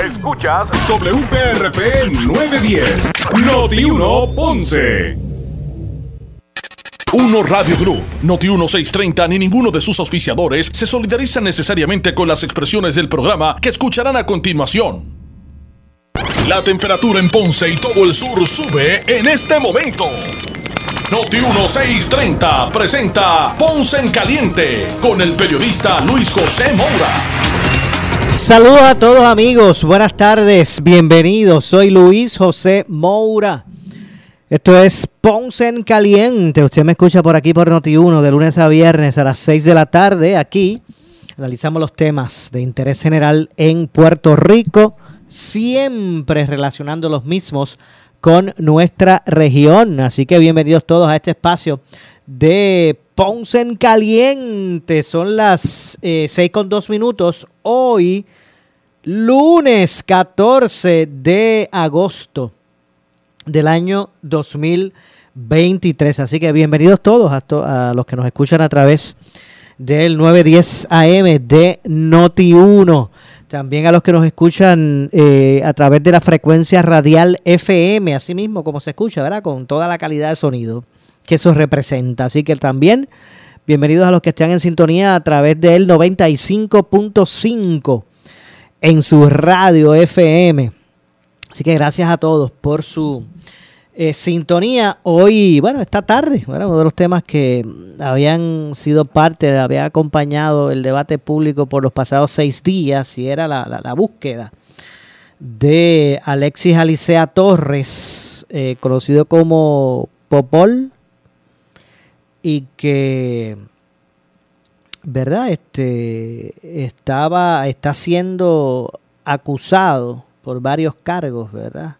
Escuchas WPRP 910, Noti 1 Ponce. Uno Radio Group, Noti 1630 ni ninguno de sus auspiciadores se solidarizan necesariamente con las expresiones del programa que escucharán a continuación. La temperatura en Ponce y todo el sur sube en este momento. Noti 1630 presenta Ponce en Caliente con el periodista Luis José Moura. Saludos a todos amigos, buenas tardes, bienvenidos, soy Luis José Moura. Esto es Ponce en Caliente, usted me escucha por aquí por Noti 1 de lunes a viernes a las 6 de la tarde. Aquí analizamos los temas de interés general en Puerto Rico, siempre relacionando los mismos con nuestra región. Así que bienvenidos todos a este espacio de Ponce en Caliente. Son las 6:02. Hoy, lunes 14 de agosto del año 2023. Así que bienvenidos todos a los que nos escuchan a través del 910 AM de Noti 1. También a los que nos escuchan a través de la frecuencia radial FM, así mismo como se escucha, ¿verdad? Con toda la calidad de sonido que eso representa. Así que también bienvenidos a los que están en sintonía a través del 95.5 en su radio FM. Así que gracias a todos por su sintonía. Hoy, bueno, esta tarde, bueno, uno de los temas que habían sido parte, había acompañado el debate público por los pasados 6 días y era la búsqueda de Alexis Alicea Torres, conocido como Popol, y que, ¿verdad? Está siendo acusado por varios cargos, ¿verdad?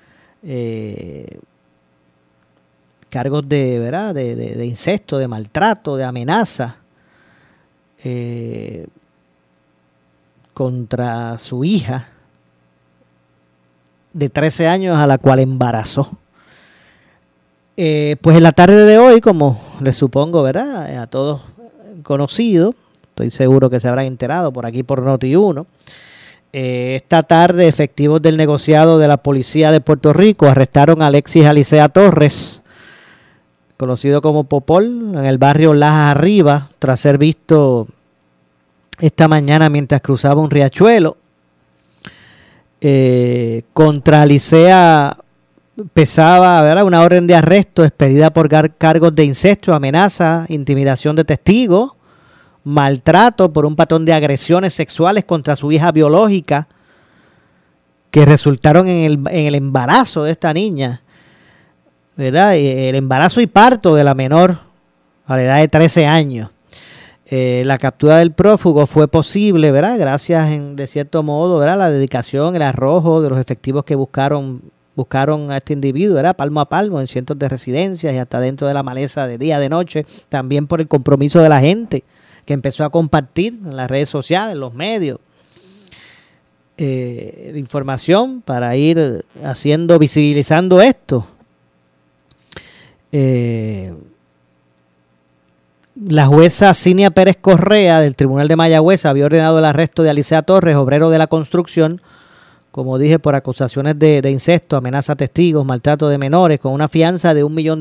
Cargos de, ¿verdad? De incesto, de maltrato, de amenaza contra su hija de 13 años a la cual embarazó. Pues en la tarde de hoy, como les supongo, ¿verdad? A todos conocidos, estoy seguro que se habrán enterado por aquí por Noti 1. Esta tarde, efectivos del negociado de la Policía de Puerto Rico arrestaron a Alexis Alicea Torres, conocido como Popol, en el barrio Lajas Arriba, tras ser visto esta mañana mientras cruzaba un riachuelo. Contra Alicea pesaba, ¿verdad?, una orden de arresto expedida por cargos de incesto, amenaza, intimidación de testigos, maltrato por un patrón de agresiones sexuales contra su hija biológica que resultaron en el embarazo de esta niña, ¿verdad? El embarazo y parto de la menor a la edad de 13 años. La captura del prófugo fue posible, ¿verdad?, gracias de cierto modo, ¿verdad?, la dedicación, el arrojo de los efectivos que buscaron a este individuo, ¿verdad?, palmo a palmo en cientos de residencias y hasta dentro de la maleza de día, de noche, también por el compromiso de la gente que empezó a compartir en las redes sociales, en los medios, información para ir visibilizando esto. La jueza Cinia Pérez Correa del Tribunal de Mayagüez había ordenado el arresto de Alicea Torres, obrero de la construcción, como dije, por acusaciones de incesto, amenaza a testigos, maltrato de menores, con una fianza de $1 millón.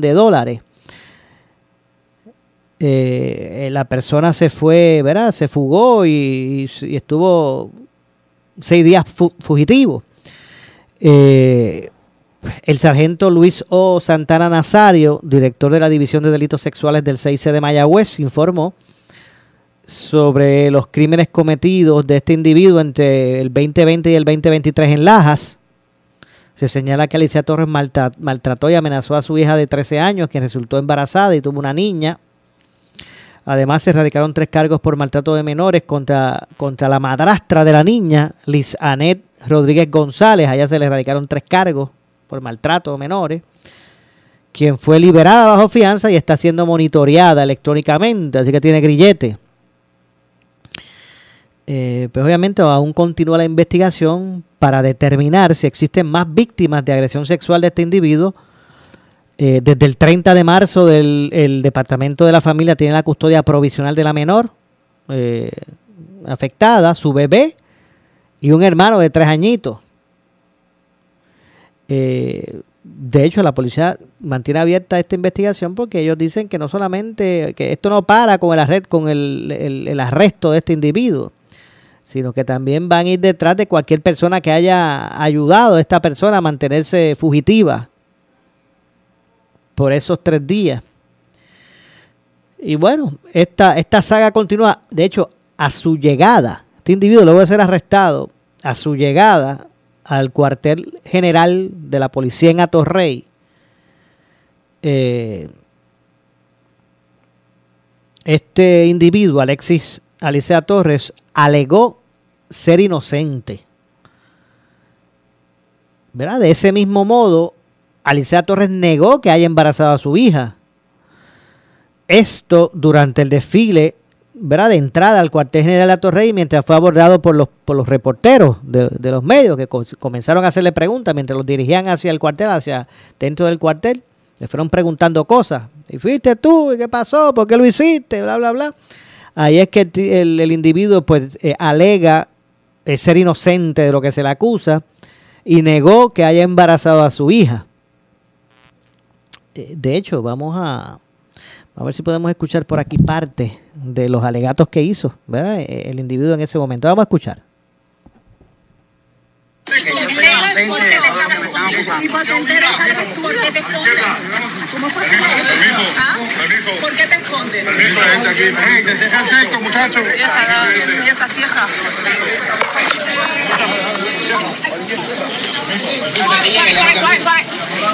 La persona se fue, ¿verdad?, se fugó y estuvo 6 días fugitivo. El sargento Luis O. Santana Nazario, director de la División de Delitos Sexuales del 6C de Mayagüez, informó sobre los crímenes cometidos de este individuo entre el 2020 y el 2023 en Lajas. Se señala que Alicea Torres maltrató y amenazó a su hija de 13 años, quien resultó embarazada y tuvo una niña. Además, se erradicaron 3 cargos por maltrato de menores contra la madrastra de la niña, Liz Anet Rodríguez González. A ella se le erradicaron 3 cargos por maltrato de menores, quien fue liberada bajo fianza y está siendo monitoreada electrónicamente, así que tiene grillete. Pues obviamente aún continúa la investigación para determinar si existen más víctimas de agresión sexual de este individuo. Desde el 30 de marzo el Departamento de la Familia tiene la custodia provisional de la menor afectada, su bebé, y un hermano de 3 añitos. De hecho, la policía mantiene abierta esta investigación porque ellos dicen que no solamente, que esto no para con el arresto de este individuo, sino que también van a ir detrás de cualquier persona que haya ayudado a esta persona a mantenerse fugitiva por esos 3 días. Y bueno, esta saga continúa. De hecho, a su llegada, este individuo luego de ser arrestado, a su llegada al cuartel general de la policía en Atorrey, este individuo, Alexis Alicea Torres, alegó ser inocente. ¿Verdad? De ese mismo modo, Alicea Torres negó que haya embarazado a su hija. Esto durante el desfile, ¿verdad?, de entrada al cuartel general de Atorrey, mientras fue abordado por los reporteros de los medios que comenzaron a hacerle preguntas mientras los dirigían hacia el cuartel, hacia dentro del cuartel. Le fueron preguntando cosas. ¿Y fuiste tú? ¿Y qué pasó? ¿Por qué lo hiciste? Bla, bla, bla. Ahí es que el individuo pues alega ser inocente de lo que se le acusa y negó que haya embarazado a su hija. De hecho, vamos a ver si podemos escuchar por aquí parte de los alegatos que hizo, ¿verdad?, el individuo en ese momento. Vamos a escuchar. ¿Por qué te escondes? Se cierra el cerco, muchachos. Y esta cierra. Suave, suave.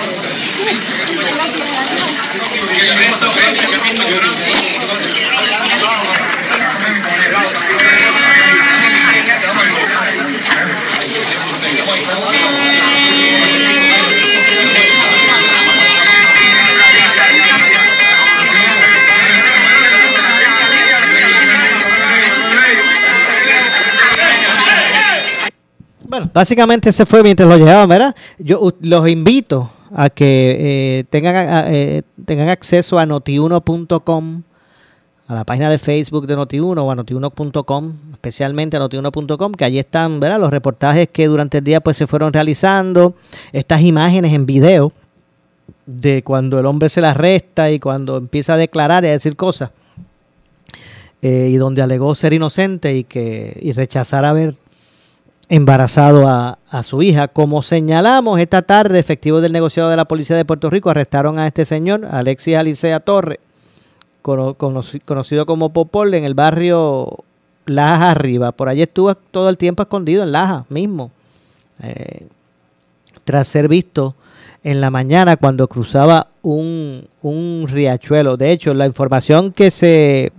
Bueno, básicamente se fue mientras lo llevaban, ¿verdad? Yo los invito a que tengan acceso a notiuno.com, a la página de Facebook de Notiuno o a notiuno.com, especialmente a notiuno.com, que allí están, ¿verdad?, los reportajes que durante el día pues se fueron realizando, estas imágenes en video de cuando el hombre se la arresta y cuando empieza a declarar y a decir cosas, y donde alegó ser inocente y rechazar haber embarazado a su hija. Como señalamos, esta tarde efectivos del negociado de la Policía de Puerto Rico arrestaron a este señor, Alexis Alicea Torres, conocido como Popol, en el barrio Lajas Arriba. Por allí estuvo todo el tiempo escondido en Lajas mismo, tras ser visto en la mañana cuando cruzaba un riachuelo. De hecho, la información que se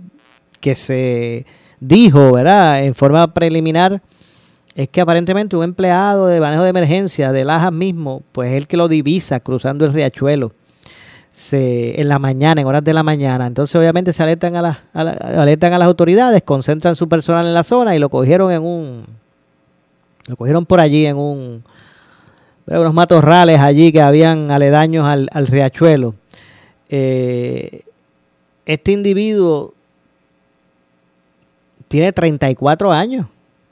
dijo, ¿verdad?, en forma preliminar, es que aparentemente un empleado de manejo de emergencia de Lajas mismo, pues es el que lo divisa cruzando el riachuelo en la mañana, en horas de la mañana. Entonces obviamente se alertan alertan a las autoridades, concentran su personal en la zona y lo cogieron por allí en unos matorrales allí que habían aledaños al riachuelo. Este individuo tiene 34 años.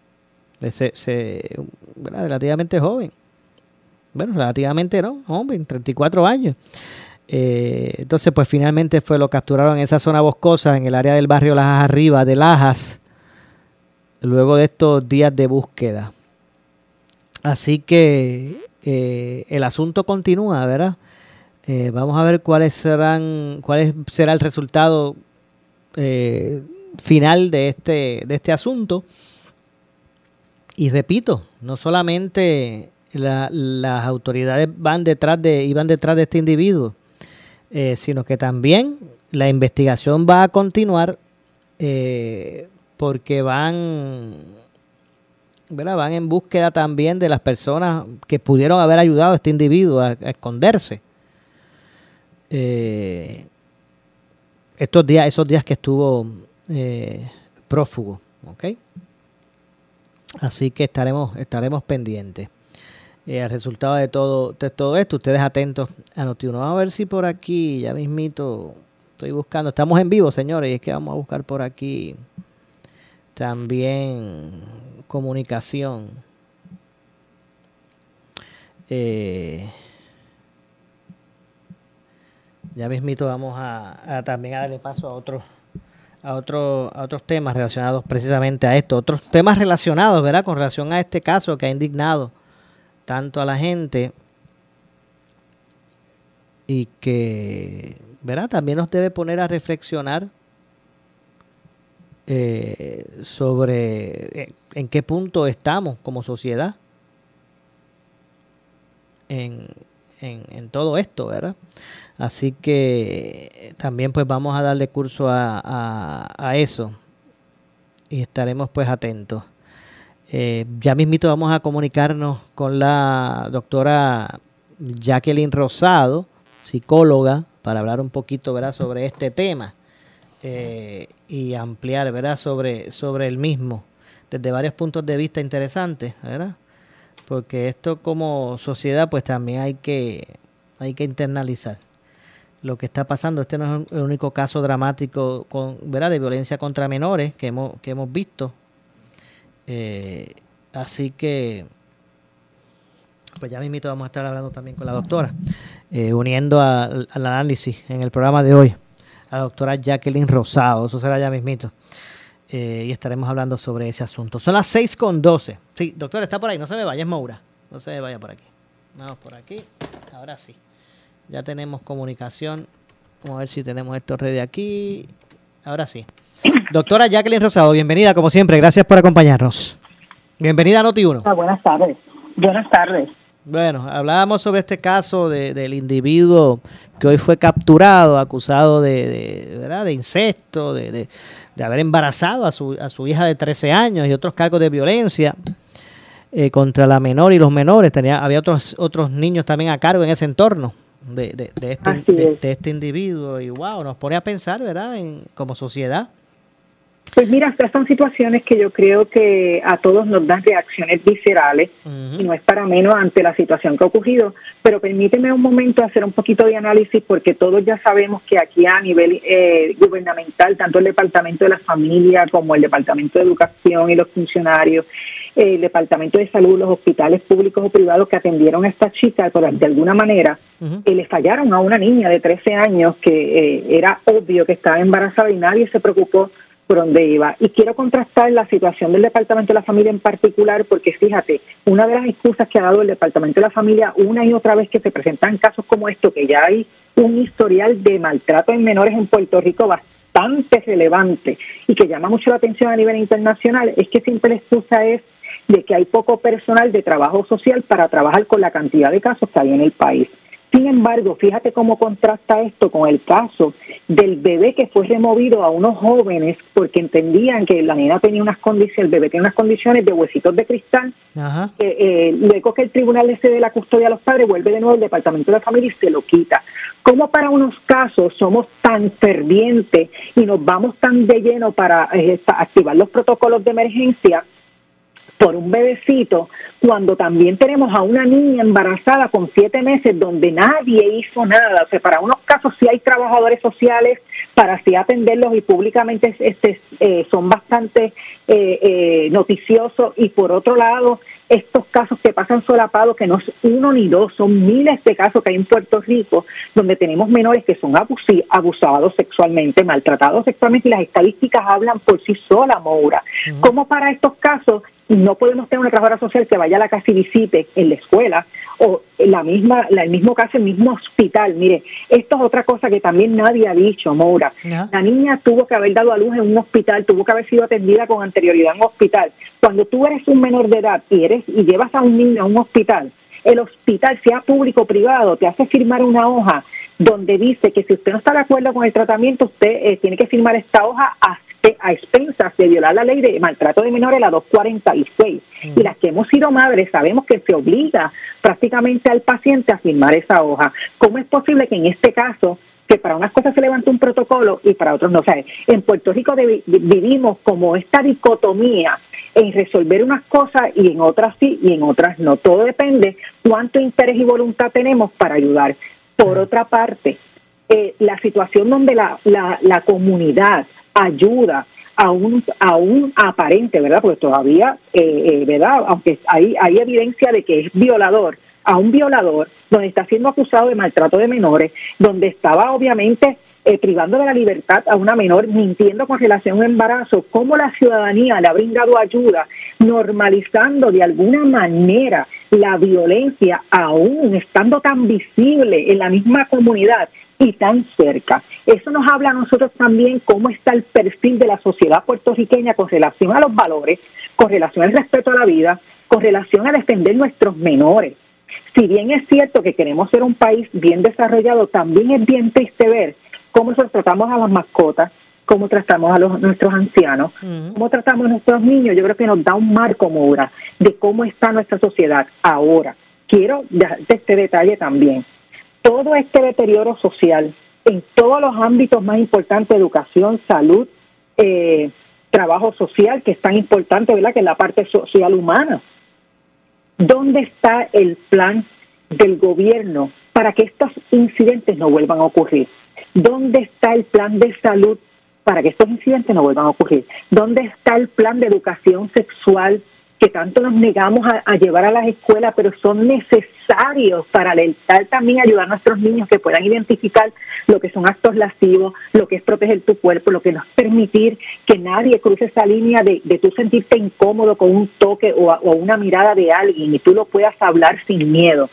Relativamente joven. Bueno, relativamente no, joven, 34 años. Entonces, pues finalmente lo capturaron en esa zona boscosa, en el área del barrio Lajas Arriba de Lajas, luego de estos días de búsqueda. Así que el asunto continúa, ¿verdad? Vamos a ver cuál será el resultado final de este asunto. Y repito, no solamente las autoridades iban detrás de este individuo, sino que también la investigación va a continuar porque van en búsqueda también de las personas que pudieron haber ayudado a este individuo a esconderse. Esos días que estuvo prófugo, ¿ok? Así que estaremos pendientes al resultado de todo esto. Ustedes atentos a Noti1. Vamos a ver si por aquí, ya mismito, estoy buscando. Estamos en vivo, señores, y es que vamos a buscar por aquí también comunicación. Ya mismito vamos a también a darle paso a otros temas relacionados precisamente a esto, otros temas relacionados, ¿verdad?, con relación a este caso que ha indignado tanto a la gente y que, ¿verdad?, también nos debe poner a reflexionar sobre en qué punto estamos como sociedad en todo esto, ¿verdad? Así que también pues vamos a darle curso a eso y estaremos pues atentos. Ya mismito vamos a comunicarnos con la doctora Jacqueline Rosado, psicóloga, para hablar un poquito, ¿verdad?, sobre este tema y ampliar, ¿verdad?, sobre el mismo desde varios puntos de vista interesantes, ¿verdad? Porque esto como sociedad pues también hay que internalizar lo que está pasando. Este no es el único caso dramático ¿verdad?, de violencia contra menores que hemos visto. Así que pues ya mismito vamos a estar hablando también con la doctora, uniendo al análisis en el programa de hoy a la doctora Jacqueline Rosado. Eso será ya mismito. Y estaremos hablando sobre ese asunto. Son las 6:12. Sí, doctor, está por ahí. No se me vaya, es Moura. No se me vaya por aquí. Vamos por aquí. Ahora sí. Ya tenemos comunicación. Vamos a ver si tenemos esto ready aquí. Ahora sí. Doctora Jacqueline Rosado, bienvenida como siempre. Gracias por acompañarnos. Bienvenida a Noti1. Buenas tardes. Buenas tardes. Bueno, hablábamos sobre este caso del individuo que hoy fue capturado, acusado ¿verdad?, de incesto, de haber embarazado a su hija de 13 años y otros cargos de violencia contra la menor y los menores. Había otros niños también a cargo en ese entorno de este individuo. Y wow, nos pone a pensar, ¿verdad?, como sociedad. Pues mira, estas son situaciones que yo creo que a todos nos dan reacciones viscerales, y no es para menos ante la situación que ha ocurrido, pero permíteme un momento hacer un poquito de análisis, porque todos ya sabemos que aquí a nivel gubernamental, tanto el Departamento de la Familia como el Departamento de Educación y los funcionarios, el Departamento de Salud, los hospitales públicos o privados que atendieron a esta chica, de alguna manera, le fallaron a una niña de 13 años que era obvio que estaba embarazada y nadie se preocupó por dónde iba. Y quiero contrastar la situación del Departamento de la Familia en particular, porque fíjate, una de las excusas que ha dado el Departamento de la Familia una y otra vez que se presentan casos como esto, que ya hay un historial de maltrato en menores en Puerto Rico bastante relevante y que llama mucho la atención a nivel internacional, es que siempre la excusa es de que hay poco personal de trabajo social para trabajar con la cantidad de casos que hay en el país. Sin embargo, fíjate cómo contrasta esto con el caso del bebé que fue removido a unos jóvenes porque entendían que la nena tenía unas condiciones, el bebé tenía unas condiciones de huesitos de cristal. Ajá. Luego que el tribunal le cede la custodia a los padres, vuelve de nuevo el Departamento de la Familia y se lo quita. ¿Cómo para unos casos somos tan fervientes y nos vamos tan de lleno para activar los protocolos de emergencia por un bebecito, cuando también tenemos a una niña embarazada con 7 meses donde nadie hizo nada? O sea, para unos casos sí hay trabajadores sociales para así atenderlos y públicamente son bastante noticiosos, y por otro lado estos casos que pasan solapados, que no es uno ni dos, son miles de casos que hay en Puerto Rico donde tenemos menores que son abusados sexualmente, maltratados sexualmente, y las estadísticas hablan por sí solas, Moura. ¿Cómo para estos casos no podemos tener una trabajadora social que vaya a la casa y visite en la escuela, o el mismo caso, el mismo hospital? Mire, esto es otra cosa que también nadie ha dicho, Moura. La niña tuvo que haber dado a luz en un hospital, tuvo que haber sido atendida con anterioridad en un hospital. Cuando tú eres un menor de edad y llevas a un niño a un hospital, el hospital, sea público o privado, te hace firmar una hoja donde dice que si usted no está de acuerdo con el tratamiento, usted tiene que firmar esta hoja a expensas de violar la ley de maltrato de menores, la 246. Y las que hemos sido madres sabemos que se obliga prácticamente al paciente a firmar esa hoja. ¿Cómo es posible que en este caso, que para unas cosas se levanta un protocolo y para otros no? O sea, en Puerto Rico vivimos como esta dicotomía en resolver unas cosas y en otras sí y en otras no. Todo depende cuánto interés y voluntad tenemos para ayudar. Por otra parte, la situación donde la comunidad ayuda a un aparente, ¿verdad? Porque todavía, ¿verdad? Aunque hay evidencia de que es violador, a un violador, donde está siendo acusado de maltrato de menores, donde estaba obviamente privando de la libertad a una menor, mintiendo con relación a un embarazo, cómo la ciudadanía le ha brindado ayuda, normalizando de alguna manera la violencia, aún estando tan visible en la misma comunidad y tan cerca. Eso nos habla a nosotros también cómo está el perfil de la sociedad puertorriqueña con relación a los valores, con relación al respeto a la vida, con relación a defender nuestros menores. Si bien es cierto que queremos ser un país bien desarrollado, también es bien triste ver cómo nosotros tratamos a las mascotas, cómo tratamos a nuestros ancianos, cómo tratamos a nuestros niños. Yo creo que nos da un marco, Moura, de cómo está nuestra sociedad ahora. Quiero darte este detalle también. Todo este deterioro social en todos los ámbitos más importantes, educación, salud, trabajo social, que es tan importante, ¿verdad?, que es la parte social humana. ¿Dónde está el plan del gobierno para que estos incidentes no vuelvan a ocurrir? ¿Dónde está el plan de salud para que estos incidentes no vuelvan a ocurrir? ¿Dónde está el plan de educación sexual que tanto nos negamos a llevar a las escuelas, pero son necesarios para alertar también, ayudar a nuestros niños que puedan identificar lo que son actos lascivos, lo que es proteger tu cuerpo, lo que no es permitir que nadie cruce esa línea de tú sentirte incómodo con un toque o una mirada de alguien y tú lo puedas hablar sin miedo?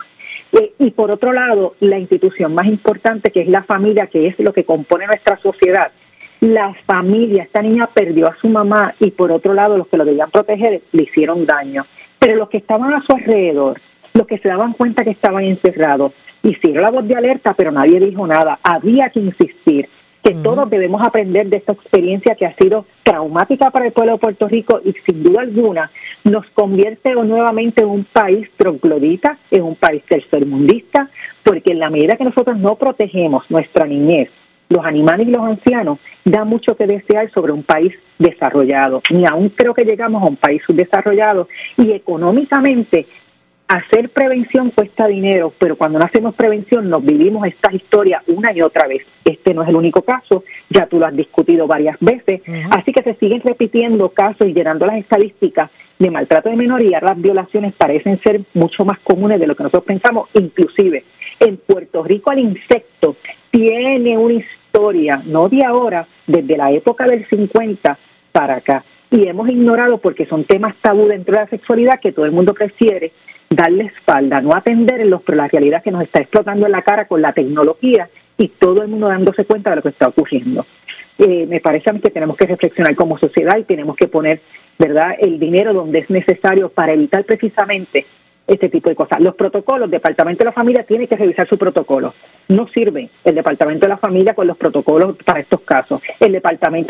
Y por otro lado, la institución más importante, que es la familia, que es lo que compone nuestra sociedad. La familia, esta niña perdió a su mamá y por otro lado los que lo debían proteger le hicieron daño. Pero los que estaban a su alrededor, los que se daban cuenta que estaban encerrados, hicieron la voz de alerta, pero nadie dijo nada. Había que insistir que todos debemos aprender de esta experiencia que ha sido traumática para el pueblo de Puerto Rico y sin duda alguna nos convierte nuevamente en un país troglodita, en un país tercermundista, porque en la medida que nosotros no protegemos nuestra niñez, los animales y los ancianos, da mucho que desear sobre un país desarrollado. Ni aún creo que llegamos a un país subdesarrollado y económicamente hacer prevención cuesta dinero, pero cuando no hacemos prevención nos vivimos estas historias una y otra vez. Este no es el único caso, ya tú lo has discutido varias veces, así que se siguen repitiendo casos y llenando las estadísticas de maltrato de menores y ahora las violaciones parecen ser mucho más comunes de lo que nosotros pensamos. Inclusive en Puerto Rico el insecto tiene una historia, no de ahora, desde la época del 50 para acá, y hemos ignorado porque son temas tabú dentro de la sexualidad que todo el mundo prefiere darle espalda, no atenderlos, pero la realidad es que nos está explotando en la cara con la tecnología y todo el mundo dándose cuenta de lo que está ocurriendo. Me parece a mí que tenemos que reflexionar como sociedad y tenemos que poner, ¿verdad?, el dinero donde es necesario para evitar precisamente este tipo de cosas. Los protocolos, el Departamento de la Familia tiene que revisar su protocolo. No sirve el Departamento de la Familia con los protocolos para estos casos. El Departamento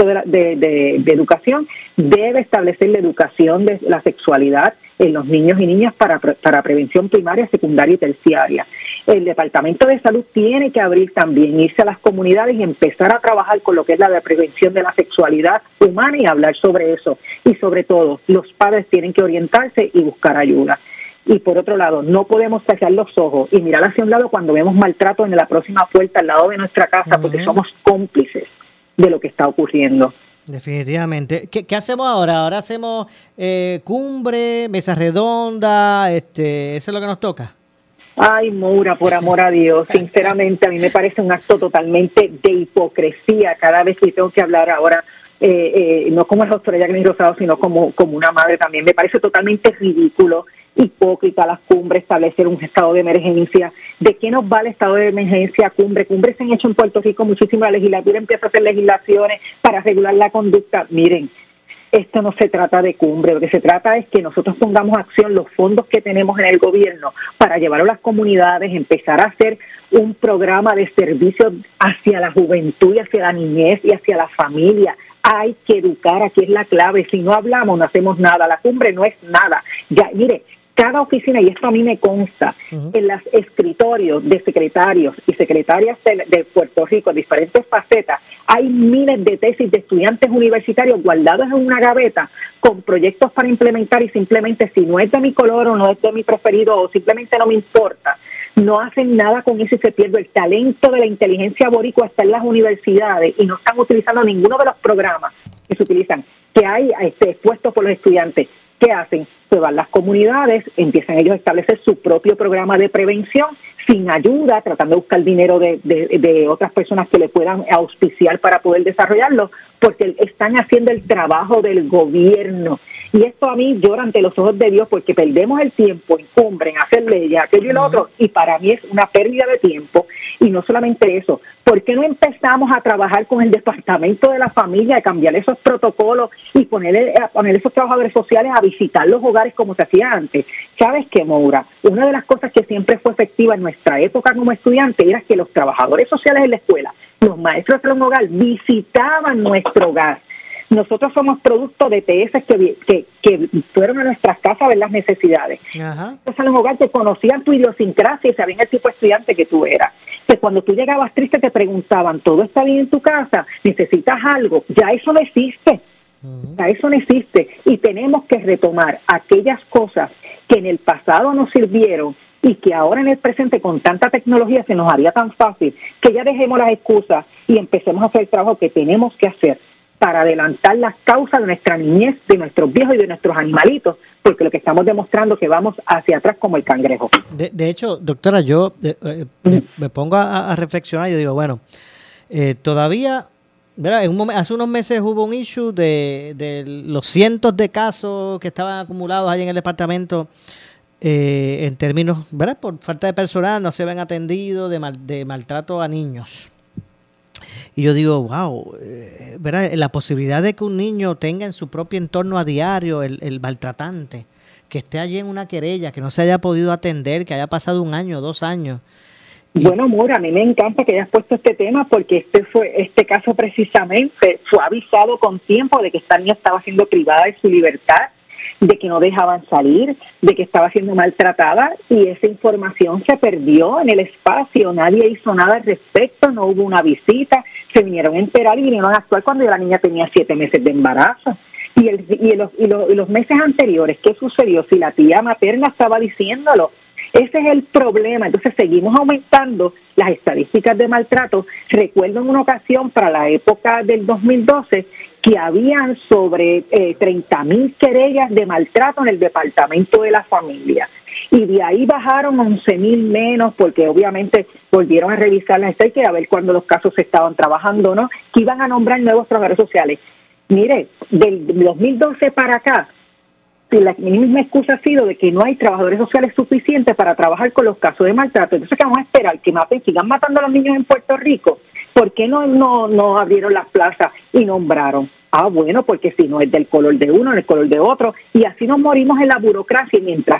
de Educación debe establecer la educación de la sexualidad en los niños y niñas para prevención primaria, secundaria y terciaria. El Departamento de Salud tiene que abrir también, irse a las comunidades y empezar a trabajar con lo que es la prevención de la sexualidad humana y hablar sobre eso. Y sobre todo, los padres tienen que orientarse y buscar ayuda. Y por otro lado, no podemos cerrar los ojos y mirar hacia un lado cuando vemos maltrato en la próxima puerta al lado de nuestra casa, porque somos cómplices de lo que está ocurriendo. Definitivamente. ¿Qué hacemos ahora? Ahora hacemos cumbre, mesa redonda, eso es lo que nos toca. Ay, Moura, por amor a Dios, sinceramente a mí me parece un acto totalmente de hipocresía cada vez que tengo que hablar ahora, no como la doctora Jacqueline Rosado, sino como una madre también. Me parece totalmente ridículo, hipócrita las cumbres, establecer un estado de emergencia. ¿De qué nos vale estado de emergencia, cumbre? Cumbres se han hecho en Puerto Rico muchísimo, la legislatura empieza a hacer legislaciones para regular la conducta. Miren, esto no se trata de cumbre, lo que se trata es que nosotros pongamos a acción los fondos que tenemos en el gobierno para llevarlo a las comunidades, empezar a hacer un programa de servicios hacia la juventud y hacia la niñez y hacia la familia. Hay que educar, aquí es la clave. Si no hablamos, no hacemos nada. La cumbre no es nada. Ya, mire, cada oficina, y esto a mí me consta, en los escritorios de secretarios y secretarias de Puerto Rico, diferentes facetas, hay miles de tesis de estudiantes universitarios guardados en una gaveta con proyectos para implementar y simplemente si no es de mi color o no es de mi preferido o simplemente no me importa, no hacen nada con eso y se pierde el talento de la inteligencia boricua. Está en las universidades y no están utilizando ninguno de los programas que se utilizan, que hay expuestos por los estudiantes. ¿Qué hacen? se van las comunidades, empiezan ellos a establecer su propio programa de prevención, sin ayuda, tratando de buscar dinero de otras personas que le puedan auspiciar para poder desarrollarlo, porque están haciendo el trabajo del gobierno. Y esto a mí llora ante los ojos de Dios, porque perdemos el tiempo en cumbre, en hacer leyes, aquello y lo otro, y para mí es una pérdida de tiempo. Y no solamente eso, ¿por qué no empezamos a trabajar con el Departamento de la Familia, de cambiar esos protocolos y poner esos trabajadores sociales a visitar los hogares como se hacía antes? ¿Sabes qué, Moura? Una de las cosas que siempre fue efectiva en nuestra época como estudiante era que los trabajadores sociales en la escuela, los maestros de un hogar, visitaban nuestro hogar. Nosotros somos producto de TS que fueron a nuestras casas a ver las necesidades. Ajá. Entonces, en los hogares te conocían tu idiosincrasia y sabían el tipo de estudiante que tú eras. Que cuando tú llegabas triste te preguntaban, ¿todo está bien en tu casa? ¿Necesitas algo? Ya eso no existe. Ya eso no existe. Y tenemos que retomar aquellas cosas que en el pasado nos sirvieron y que ahora en el presente con tanta tecnología se nos haría tan fácil, que ya dejemos las excusas y empecemos a hacer el trabajo que tenemos que hacer para adelantar las causas de nuestra niñez, de nuestros viejos y de nuestros animalitos, porque lo que estamos demostrando es que vamos hacia atrás como el cangrejo. De hecho, doctora, yo me pongo a reflexionar y yo digo, bueno, todavía, ¿verdad? Hace unos meses hubo un issue de los cientos de casos que estaban acumulados ahí en el departamento, en términos, ¿verdad? Por falta de personal, no se ven atendidos, de maltrato a niños. Y yo digo, wow, ¿verdad? La posibilidad de que un niño tenga en su propio entorno a diario el maltratante, que esté allí en una querella, que no se haya podido atender, que haya pasado 1 año, 2 años. Bueno, Mora, a mí me encanta que hayas puesto este tema, porque este caso precisamente fue avisado con tiempo de que esta niña estaba siendo privada de su libertad, de que no dejaban salir, de que estaba siendo maltratada, y esa información se perdió en el espacio, nadie hizo nada al respecto, no hubo una visita, se vinieron a enterar y vinieron a actuar cuando ya la niña tenía 7 meses de embarazo. Y los meses anteriores, ¿qué sucedió? Si la tía materna estaba diciéndolo. Ese es el problema. Entonces seguimos aumentando las estadísticas de maltrato. Recuerdo en una ocasión, para la época del 2012, que habían sobre 30,000 querellas de maltrato en el Departamento de la Familia. Y de ahí bajaron 11,000 menos, porque obviamente volvieron a revisar las estadísticas, a ver cuándo los casos se estaban trabajando o no, que iban a nombrar nuevos trabajadores sociales. Mire, del 2012 para acá, la misma excusa ha sido de que no hay trabajadores sociales suficientes para trabajar con los casos de maltrato. Entonces, ¿qué vamos a esperar? ¿Que sigan matando a los niños en Puerto Rico? ¿Por qué no abrieron las plazas y nombraron? Ah, bueno, porque si no es del color de uno, del color de otro, y así nos morimos en la burocracia. Y mientras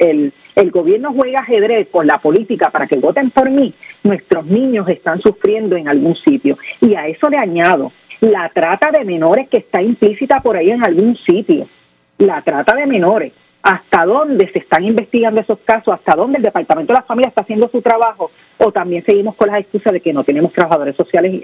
el gobierno juega ajedrez con la política para que voten por mí, nuestros niños están sufriendo en algún sitio. Y a eso le añado la trata de menores que está implícita por ahí en algún sitio. La trata de menores, hasta dónde se están investigando esos casos, hasta dónde el Departamento de la Familia está haciendo su trabajo, o también seguimos con las excusas de que no tenemos trabajadores sociales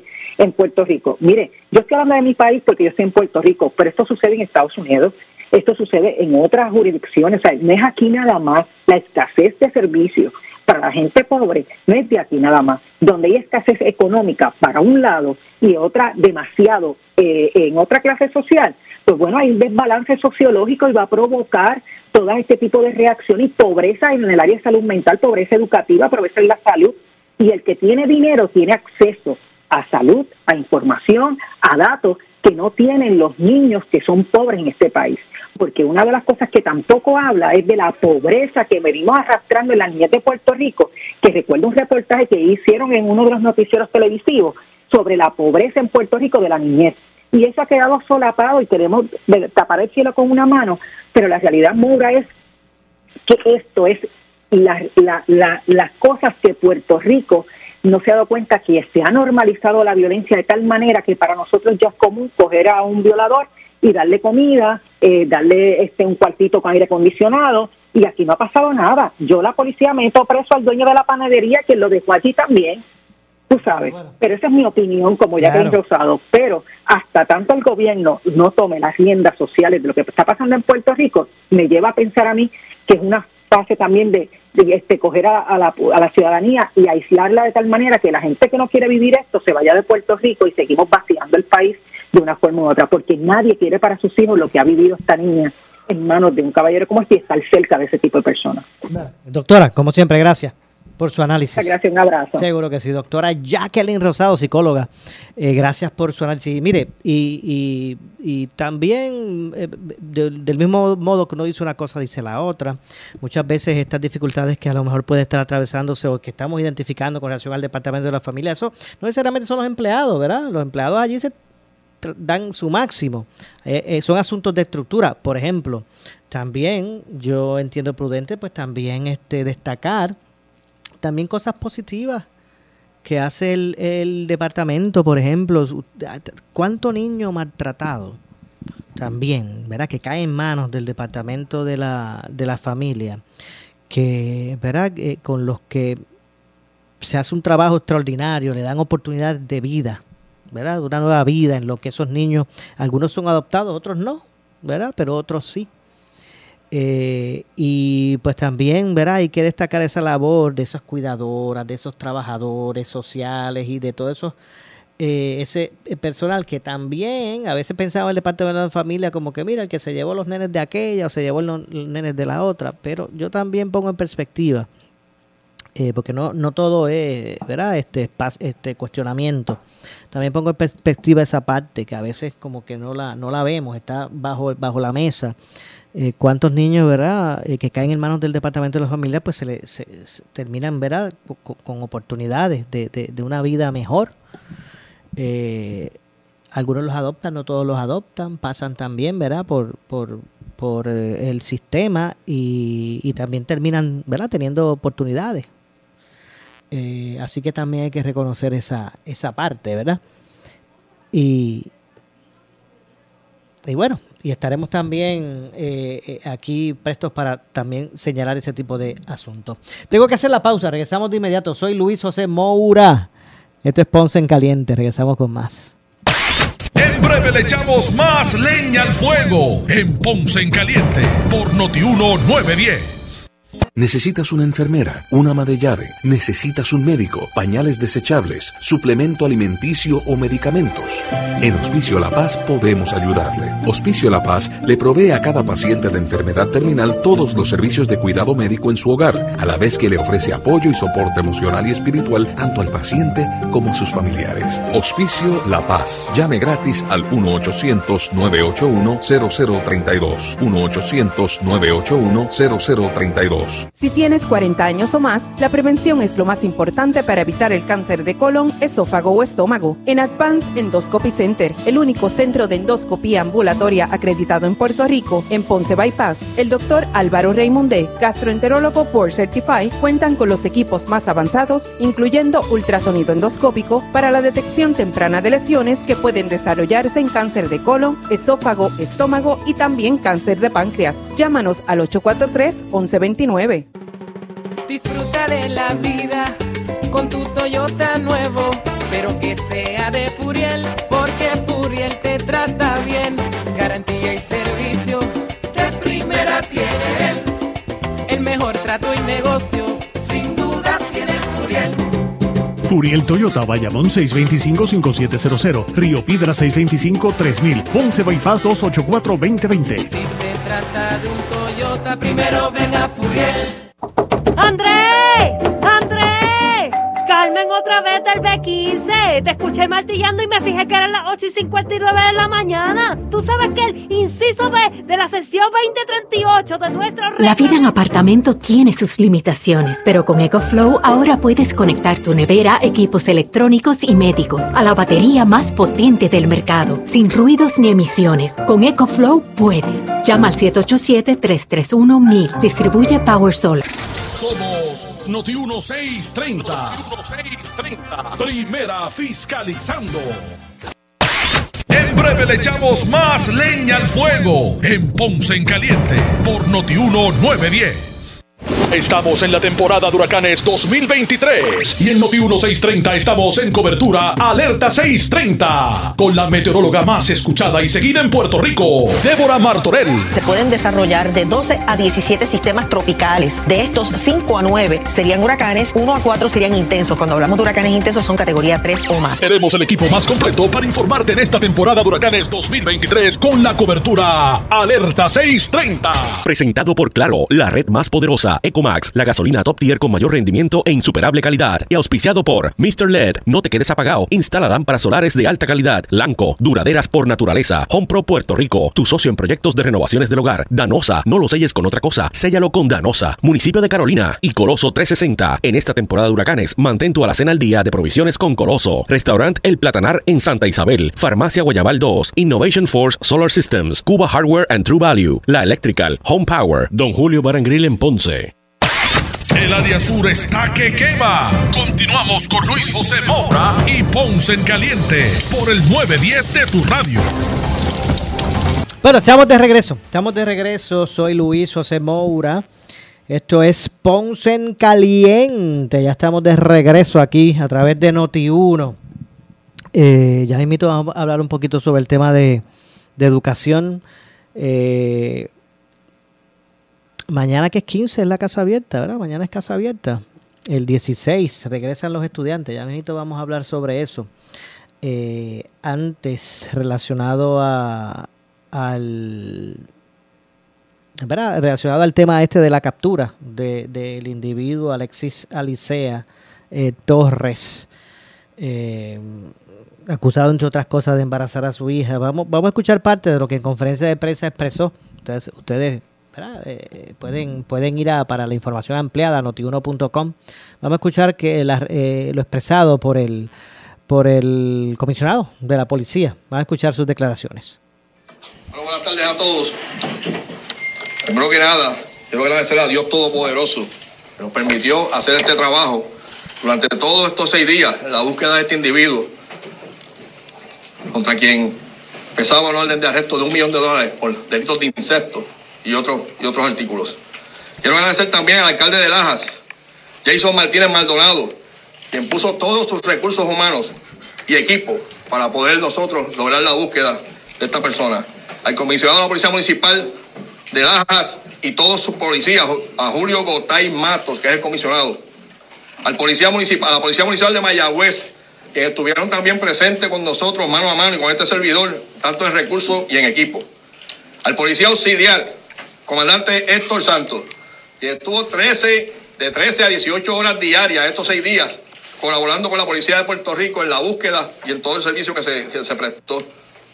en Puerto Rico. Mire, yo estoy hablando de mi país porque yo estoy en Puerto Rico, pero esto sucede en Estados Unidos, esto sucede en otras jurisdicciones, o sea, no es aquí nada más. La escasez de servicios para la gente pobre no es de aquí nada más. Donde hay escasez económica para un lado y otra demasiado en otra clase social, pues bueno, hay un desbalance sociológico y va a provocar todo este tipo de reacción y pobreza en el área de salud mental, pobreza educativa, pobreza en la salud. Y el que tiene dinero tiene acceso a salud, a información, a datos que no tienen los niños que son pobres en este país. Porque una de las cosas que tampoco habla es de la pobreza que venimos arrastrando en la niñez de Puerto Rico, que recuerdo un reportaje que hicieron en uno de los noticieros televisivos sobre la pobreza en Puerto Rico de la niñez. Y eso ha quedado solapado y queremos tapar el cielo con una mano, pero la realidad, Moura, es que esto es las cosas que Puerto Rico no se ha dado cuenta, que se ha normalizado la violencia de tal manera que para nosotros ya es común coger a un violador y darle comida, darle un cuartito con aire acondicionado, y aquí no ha pasado nada. Yo, la policía, meto preso al dueño de la panadería, que lo dejó allí también, tú sabes. Bueno, pero esa es mi opinión, como ya claro, te he enrosado. Pero hasta tanto el gobierno no tome las riendas sociales de lo que está pasando en Puerto Rico, me lleva a pensar a mí que es una fase también de coger a la ciudadanía y aislarla de tal manera que la gente que no quiere vivir esto se vaya de Puerto Rico y seguimos vaciando el país de una forma u otra, porque nadie quiere para sus hijos lo que ha vivido esta niña en manos de un caballero como este y estar cerca de ese tipo de personas. Doctora, como siempre, gracias por su análisis. Gracias, un abrazo. Seguro que sí, doctora Jacqueline Rosado, psicóloga. Gracias por su análisis. Mire, y también del mismo modo que uno dice una cosa, dice la otra. Muchas veces estas dificultades que a lo mejor puede estar atravesándose o que estamos identificando con relación al Departamento de la Familia, eso no necesariamente son los empleados, ¿verdad? Los empleados allí se dan su máximo. Son asuntos de estructura. Por ejemplo, también yo entiendo prudente, pues también destacar también cosas positivas que hace el departamento. Por ejemplo, ¿cuánto niño maltratado también, verdad, que cae en manos del departamento de la familia, que, verdad, con los que se hace un trabajo extraordinario, le dan oportunidades de vida, verdad, una nueva vida en lo que esos niños, algunos son adoptados, otros no, verdad, pero otros sí. Y pues también, ¿verdad? Hay que destacar esa labor de esas cuidadoras, de esos trabajadores sociales y de todo eso, ese personal que también a veces pensaba el departamento de la familia como que mira, el que se llevó los nenes de aquella o se llevó los nenes de la otra, pero yo también pongo en perspectiva, porque no todo es, ¿verdad? Este cuestionamiento. También pongo en perspectiva esa parte que a veces como que no la vemos, está bajo la mesa. Cuántos niños, ¿verdad?, que caen en manos del departamento de la familia, pues se terminan, ¿verdad?, con oportunidades de una vida mejor. Algunos los adoptan, no todos los adoptan, pasan también, ¿verdad?, por el sistema y también terminan, ¿verdad?, teniendo oportunidades. Así que también hay que reconocer esa parte, ¿verdad? Y bueno, y estaremos también aquí prestos para también señalar ese tipo de asuntos. Tengo que hacer la pausa, regresamos de inmediato. Soy Luis José Moura. Esto es Ponce en Caliente, regresamos con más. En breve le echamos más leña al fuego en Ponce en Caliente por Noti1 910. ¿Necesitas una enfermera, una ama de llave? ¿Necesitas un médico, pañales desechables, suplemento alimenticio o medicamentos? En Hospicio La Paz podemos ayudarle. Hospicio La Paz le provee a cada paciente de enfermedad terminal todos los servicios de cuidado médico en su hogar, a la vez que le ofrece apoyo y soporte emocional y espiritual tanto al paciente como a sus familiares. Hospicio La Paz. Llame gratis al 1-800-981-0032. 1-800-981-0032. Si tienes 40 años o más, la prevención es lo más importante para evitar el cáncer de colon, esófago o estómago. En Advance Endoscopy Center, el único centro de endoscopía ambulatoria acreditado en Puerto Rico, en Ponce Bypass, el doctor Álvaro Raymondé, gastroenterólogo Board Certified, cuentan con los equipos más avanzados, incluyendo ultrasonido endoscópico para la detección temprana de lesiones que pueden desarrollarse en cáncer de colon, esófago, estómago y también cáncer de páncreas. Llámanos al 843-1129. Disfruta de la vida con tu Toyota nuevo, pero que sea de Furiel, porque Furiel te trata bien. Garantía y servicio de primera tiene él. El mejor trato y negocio, sin duda tiene Furiel. Furiel Toyota, Bayamón 625-5700, Río Piedra 625-3000, Ponce Bypass 284-2020. Si se trata de un Toyota, primero ven a Furiel. ¡André! Carmen otra vez del B15. Te escuché martillando y me fijé que eran las 8:59 de la mañana. Tú sabes que el inciso B de la sección 2038 de nuestro... La vida en apartamento tiene sus limitaciones, pero con EcoFlow ahora puedes conectar tu nevera, equipos electrónicos y médicos a la batería más potente del mercado, sin ruidos ni emisiones. Con EcoFlow puedes. Llama al 787-331-1000. Distribuye Power Solar. Somos Noti1 630. Primera fiscalizando. En breve le echamos más leña al fuego en Ponce en Caliente por Noti1 910. Estamos en la temporada de huracanes 2023 y en Noti 1630 estamos en cobertura Alerta 630 con la meteoróloga más escuchada y seguida en Puerto Rico, Débora Martorell. Se pueden desarrollar de 12 a 17 sistemas tropicales. De estos, 5 a 9 serían huracanes, 1 a 4 serían intensos. Cuando hablamos de huracanes intensos son categoría 3 o más. Tenemos el equipo más completo para informarte en esta temporada de huracanes 2023 con la cobertura Alerta 630. Presentado por Claro, la red más poderosa, Ecomax, la gasolina top tier con mayor rendimiento e insuperable calidad. Y auspiciado por Mr. LED, no te quedes apagado. Instala lámparas solares de alta calidad. Lanco, duraderas por naturaleza. Home Pro Puerto Rico, tu socio en proyectos de renovaciones del hogar. Danosa, no lo selles con otra cosa, séllalo con Danosa. Municipio de Carolina y Coloso 360. En esta temporada de huracanes, mantén tu alacena al día de provisiones con Coloso. Restaurant El Platanar en Santa Isabel. Farmacia Guayabal 2. Innovation Force Solar Systems. Cuba Hardware and True Value. La Electrical. Home Power. Don Julio Barangril en Ponce. El área sur está que quema. Continuamos con Luis José Moura y Ponce en Caliente por el 910 de tu radio. Bueno, estamos de regreso. Soy Luis José Moura. Esto es Ponce en Caliente. Ya estamos de regreso aquí a través de Noti1. Ya invito a hablar un poquito sobre el tema de educación. Mañana, que es 15, es la casa abierta, ¿verdad? Mañana es casa abierta. El 16 regresan los estudiantes. Ya mismo vamos a hablar sobre eso. Antes, relacionado al tema este de la captura del individuo Alexis Alicea Torres, acusado, entre otras cosas, de embarazar a su hija. Vamos a escuchar parte de lo que en conferencia de prensa expresó. Ustedes pueden ir para la información ampliada a notiuno.com. Vamos a escuchar lo expresado por el comisionado de la policía. Vamos a escuchar sus declaraciones. Bueno, buenas tardes a todos. Primero que nada, quiero agradecer a Dios Todopoderoso que nos permitió hacer este trabajo durante todos estos 6 días, en la búsqueda de este individuo, contra quien pesaba una orden de arresto de $1 millón por delitos de incesto y otros artículos. Quiero agradecer también al alcalde de Lajas, Jason Martínez Maldonado, quien puso todos sus recursos humanos y equipo para poder nosotros lograr la búsqueda de esta persona. Al comisionado de la Policía Municipal de Lajas y todos sus policías, a Julio Gotay Matos, que es el comisionado, a la Policía Municipal de Mayagüez, que estuvieron también presentes con nosotros mano a mano y con este servidor, tanto en recursos y en equipo. Al policía auxiliar, comandante Héctor Santos, que estuvo de 13 a 18 horas diarias estos 6 días, colaborando con la Policía de Puerto Rico en la búsqueda y en todo el servicio que se prestó.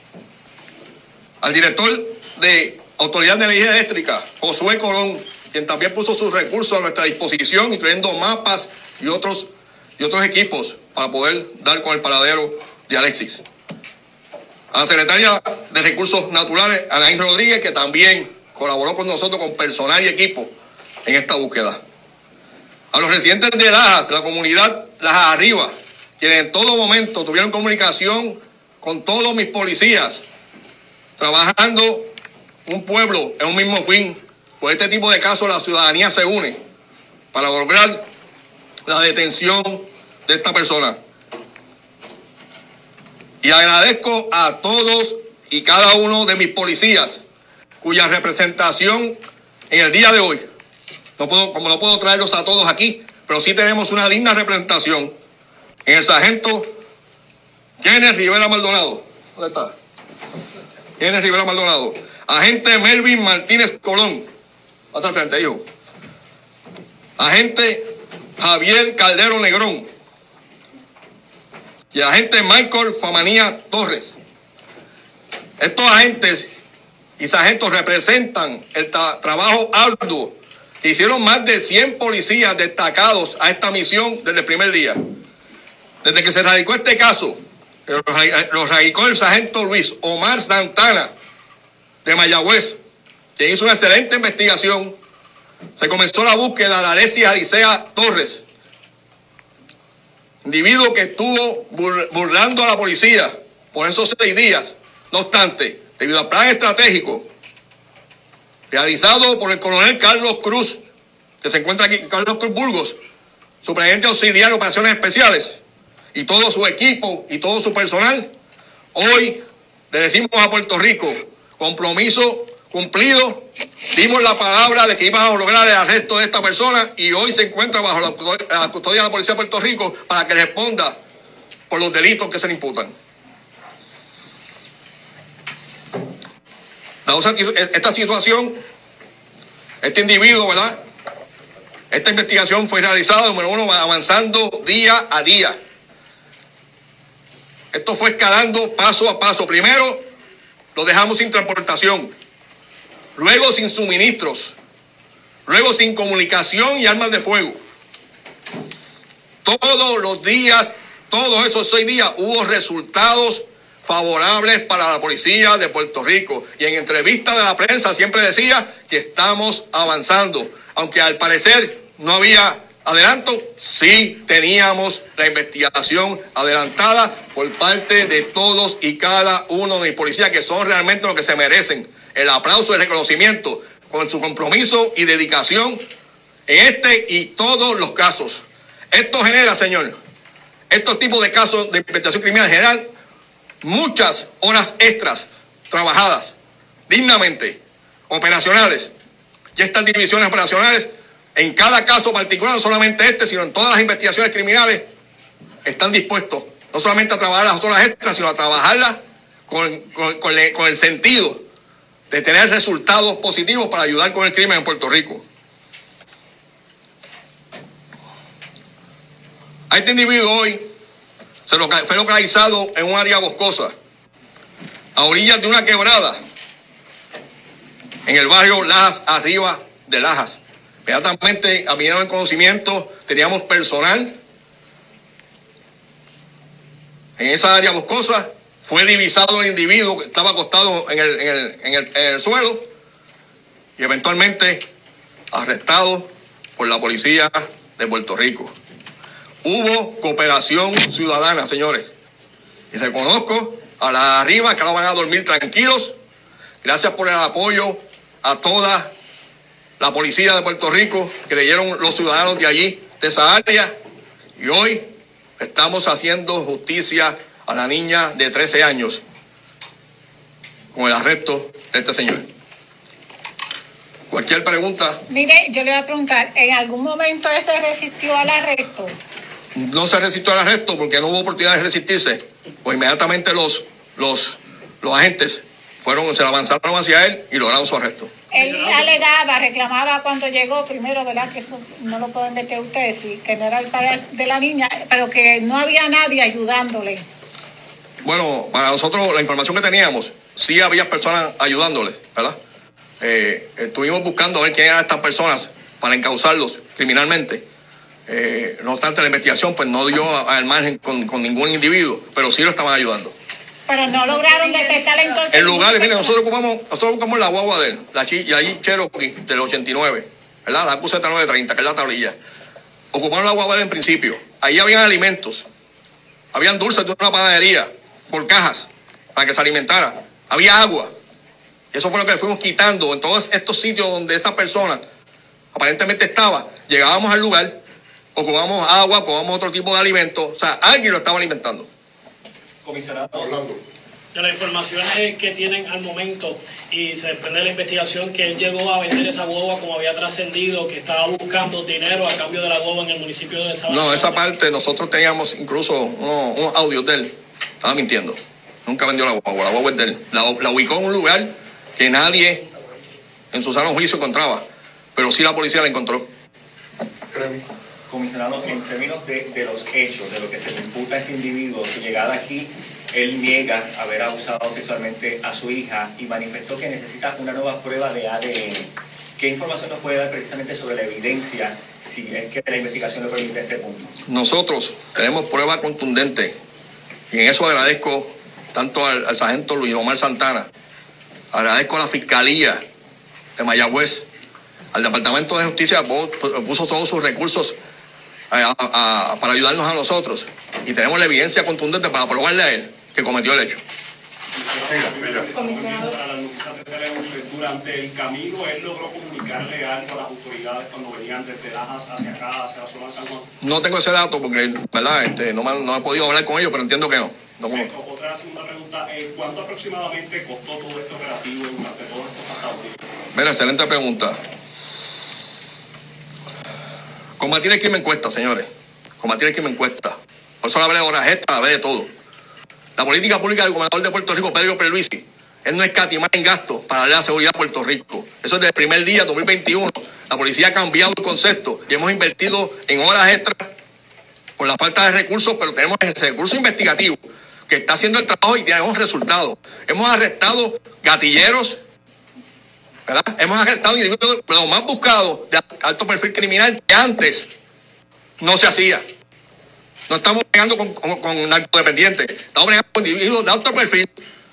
Al director de Autoridad de Energía Eléctrica, Josué Colón, quien también puso sus recursos a nuestra disposición, incluyendo mapas y otros equipos para poder dar con el paradero de Alexis. A la secretaria de Recursos Naturales, Anaín Rodríguez, que también colaboró con nosotros con personal y equipo en esta búsqueda. A los residentes de Lajas, la comunidad Lajas Arriba, quienes en todo momento tuvieron comunicación con todos mis policías, trabajando un pueblo en un mismo fin. Por este tipo de casos la ciudadanía se une para lograr la detención de esta persona. Y agradezco a todos y cada uno de mis policías cuya representación en el día de hoy, como no puedo traerlos a todos aquí, pero sí tenemos una digna representación en el sargento Kenneth Rivera Maldonado. ¿Dónde está? Kenneth Rivera Maldonado. Agente Melvin Martínez Colón. Hasta el frente, hijo. Agente Javier Caldero Negrón. Y agente Michael Famanía Torres. Estos agentes y sargentos representan el trabajo arduo que hicieron más de 100 policías destacados a esta misión desde el primer día. Desde que se radicó este caso, lo radicó el sargento Luis Omar Santana de Mayagüez, quien hizo una excelente investigación. Se comenzó la búsqueda de Alexis Alicea Torres, individuo que estuvo burlando a la policía por esos 6 días. No obstante, debido al plan estratégico realizado por el coronel Carlos Cruz que se encuentra aquí, Carlos Cruz Burgos, superintendente auxiliar de operaciones especiales, y todo su equipo y todo su personal, hoy le decimos a Puerto Rico, compromiso cumplido, dimos la palabra de que íbamos a lograr el arresto de esta persona y hoy se encuentra bajo la custodia de la Policía de Puerto Rico para que responda por los delitos que se le imputan. Esta situación, este individuo, ¿verdad? Esta investigación fue realizada, número uno, avanzando día a día. Esto fue escalando paso a paso. Primero, lo dejamos sin transportación. Luego sin suministros. Luego sin comunicación y armas de fuego. Todos los días, todos esos 6 días, hubo resultados favorables para la policía de Puerto Rico. Y en entrevistas de la prensa siempre decía que estamos avanzando. Aunque al parecer no había adelanto, sí teníamos la investigación adelantada por parte de todos y cada uno de los policías, que son realmente los que se merecen el aplauso y el reconocimiento con su compromiso y dedicación en este y todos los casos. Esto genera, señor, estos tipos de casos de investigación criminal generan muchas horas extras trabajadas dignamente, operacionales. Y estas divisiones operacionales, en cada caso particular, no solamente este, sino en todas las investigaciones criminales, están dispuestos no solamente a trabajar las horas extras, sino a trabajarlas con el sentido de tener resultados positivos para ayudar con el crimen en Puerto Rico. A este individuo hoy fue localizado en un área boscosa, a orillas de una quebrada, en el barrio Lajas, arriba de Lajas. Inmediatamente a mi conocimiento teníamos personal en esa área boscosa. Fue divisado el individuo que estaba acostado en el suelo y eventualmente arrestado por la policía de Puerto Rico. Hubo cooperación ciudadana, señores. Y reconozco a la de arriba que ahora van a dormir tranquilos. Gracias por el apoyo a toda la policía de Puerto Rico que le dieron los ciudadanos de allí, de esa área. Y hoy estamos haciendo justicia a la niña de 13 años con el arresto de este señor. Cualquier pregunta. Mire, yo le voy a preguntar, ¿en algún momento él se resistió al arresto? No se resistió al arresto porque no hubo oportunidad de resistirse. Pues inmediatamente los agentes se avanzaron hacia él y lograron su arresto. Él alegaba, reclamaba cuando llegó, primero, ¿verdad? Que eso no lo pueden meter ustedes, sí, que no era el padre de la niña, pero que no había nadie ayudándole. Bueno, para nosotros la información que teníamos, sí había personas ayudándoles, ¿verdad? Estuvimos buscando a ver quién eran estas personas para encauzarlos criminalmente. No obstante, la investigación pues no dio al margen con ningún individuo, pero sí lo estaban ayudando. Pero no lograron detectar entonces. En lugares, miren, nosotros ocupamos la guagua de él, la Cherokee del 89, ¿verdad? La QZ930, que es la tablilla. Ocupamos la guagua de él en principio. Ahí habían alimentos, habían dulces de una panadería por cajas para que se alimentara. Había agua. Eso fue lo que le fuimos quitando en todos estos sitios donde esa persona aparentemente estaba. Llegábamos al lugar, ocupamos agua, ocupamos otro tipo de alimentos. O sea, alguien lo estaba alimentando. Comisionado Orlando. De las informaciones que tienen al momento y se desprende de la investigación que él llegó a vender esa guagua como había trascendido, que estaba buscando dinero a cambio de la guagua en el municipio de Sabana. No, esa parte nosotros teníamos incluso unos audios de él. Estaba mintiendo. Nunca vendió la guagua es de él. La ubicó en un lugar que nadie en su sano juicio encontraba, pero sí la policía la encontró. Comisionado, en términos de los hechos, de lo que se le imputa a este individuo, su llegada aquí, él niega haber abusado sexualmente a su hija y manifestó que necesita una nueva prueba de ADN. ¿Qué información nos puede dar precisamente sobre la evidencia, si es que la investigación lo permite a este punto? Nosotros tenemos pruebas contundentes y en eso agradezco tanto al sargento Luis Omar Santana, agradezco a la Fiscalía de Mayagüez, al Departamento de Justicia, puso todos sus recursos para ayudarnos a nosotros y tenemos la evidencia contundente para probarle a él que cometió el hecho. Durante el camino él logró comunicar comunicar legal con las autoridades cuando venían desde Lajas hacia acá, hacia la zona de San Juan? No tengo ese dato porque, ¿verdad? No he podido hablar con ellos, pero entiendo que no. Otra segunda pregunta, ¿cuánto aproximadamente costó todo este operativo durante todos estos pasados días? Mira, excelente pregunta. Combatir el crimen cuesta, señores. Combatir el crimen cuesta. Por eso hablé de horas extras, hablé de todo. La política pública del gobernador de Puerto Rico, Pedro Pierluisi, él no escatimar en gastos para darle la seguridad a Puerto Rico. Eso es desde el primer día, 2021. La policía ha cambiado el concepto y hemos invertido en horas extras por la falta de recursos, pero tenemos el recurso investigativo que está haciendo el trabajo y tenemos resultados. Hemos arrestado gatilleros, ¿verdad? Hemos arrestado individuos los más buscados de alto perfil criminal que antes no se hacía. No estamos pegando con narcodependientes, estamos pegando con individuos de alto perfil.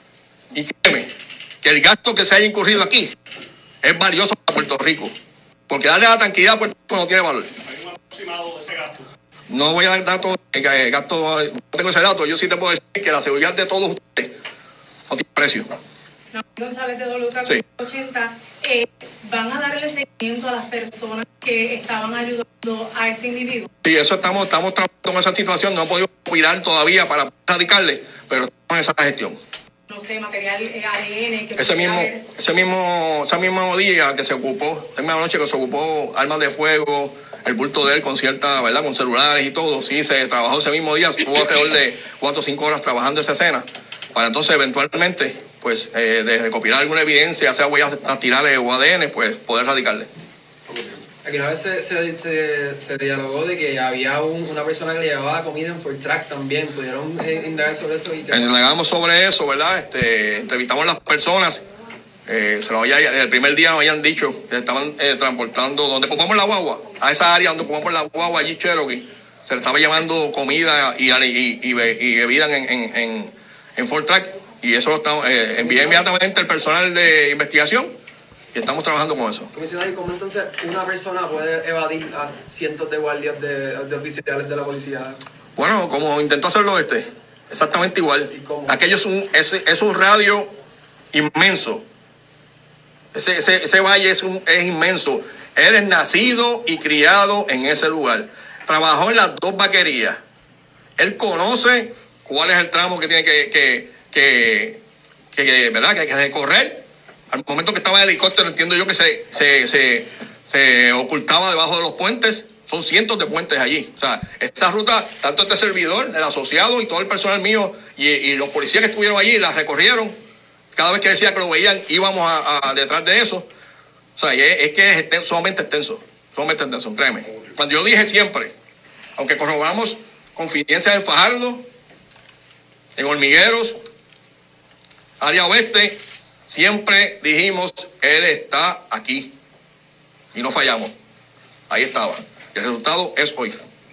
Y créeme que el gasto que se haya incurrido aquí es valioso para Puerto Rico, porque darle la tranquilidad a Puerto Rico no tiene valor. ¿Hay un aproximado de ese gasto? No voy a dar datos, no tengo ese dato. Yo sí te puedo decir que la seguridad de todos ustedes no tiene precio. González de WK80, ¿van a darle seguimiento a las personas que estaban ayudando a este individuo? Sí, eso estamos trabajando en esa situación. No hemos podido opinar todavía para radicarle, pero estamos en esa gestión. No sé, material ADN. Ese mismo día que se ocupó, esa misma noche que se ocupó armas de fuego, el bulto de él con cierta, ¿verdad? Con celulares y todo, sí, se trabajó ese mismo día, estuvo alrededor de 4 o 5 horas trabajando esa escena, para entonces eventualmente, pues, de recopilar alguna evidencia, sea huellas dactilares o ADN, pues, poder radicarle. Aquí una vez se dialogó de que había una persona que le llevaba comida en Fort Track también. ¿Pudieron indagar sobre eso? Indagamos sobre eso, ¿verdad? Entrevistamos a las personas. Desde el primer día nos habían dicho que estaban transportando, donde ocupamos la guagua, a esa área donde ocupamos la guagua allí Cherokee, se le estaba llevando comida y bebida en Fort Track. Y eso lo estamos, envié inmediatamente el personal de investigación. Y estamos trabajando con eso. Comisionado, ¿y cómo entonces una persona puede evadir a cientos de guardias de oficiales de la policía? Bueno, como intentó hacerlo exactamente igual. Aquello es un radio inmenso. Ese valle es inmenso. Él es nacido y criado en ese lugar. Trabajó en las 2 vaquerías. Él conoce cuál es el tramo que tiene que recorrer. Al momento que estaba en el helicóptero, entiendo yo que se ocultaba debajo de los puentes. Son cientos de puentes allí. O sea, esta ruta, tanto este servidor, el asociado y todo el personal mío y los policías que estuvieron allí, la recorrieron. Cada vez que decía que lo veían, íbamos a detrás de eso. O sea, es que es sumamente extenso, créeme. Cuando yo dije siempre, aunque corroboramos confidencias en Fajardo, en Hormigueros, área oeste, siempre dijimos, él está aquí. Y no fallamos. Ahí estaba. El resultado es hoy.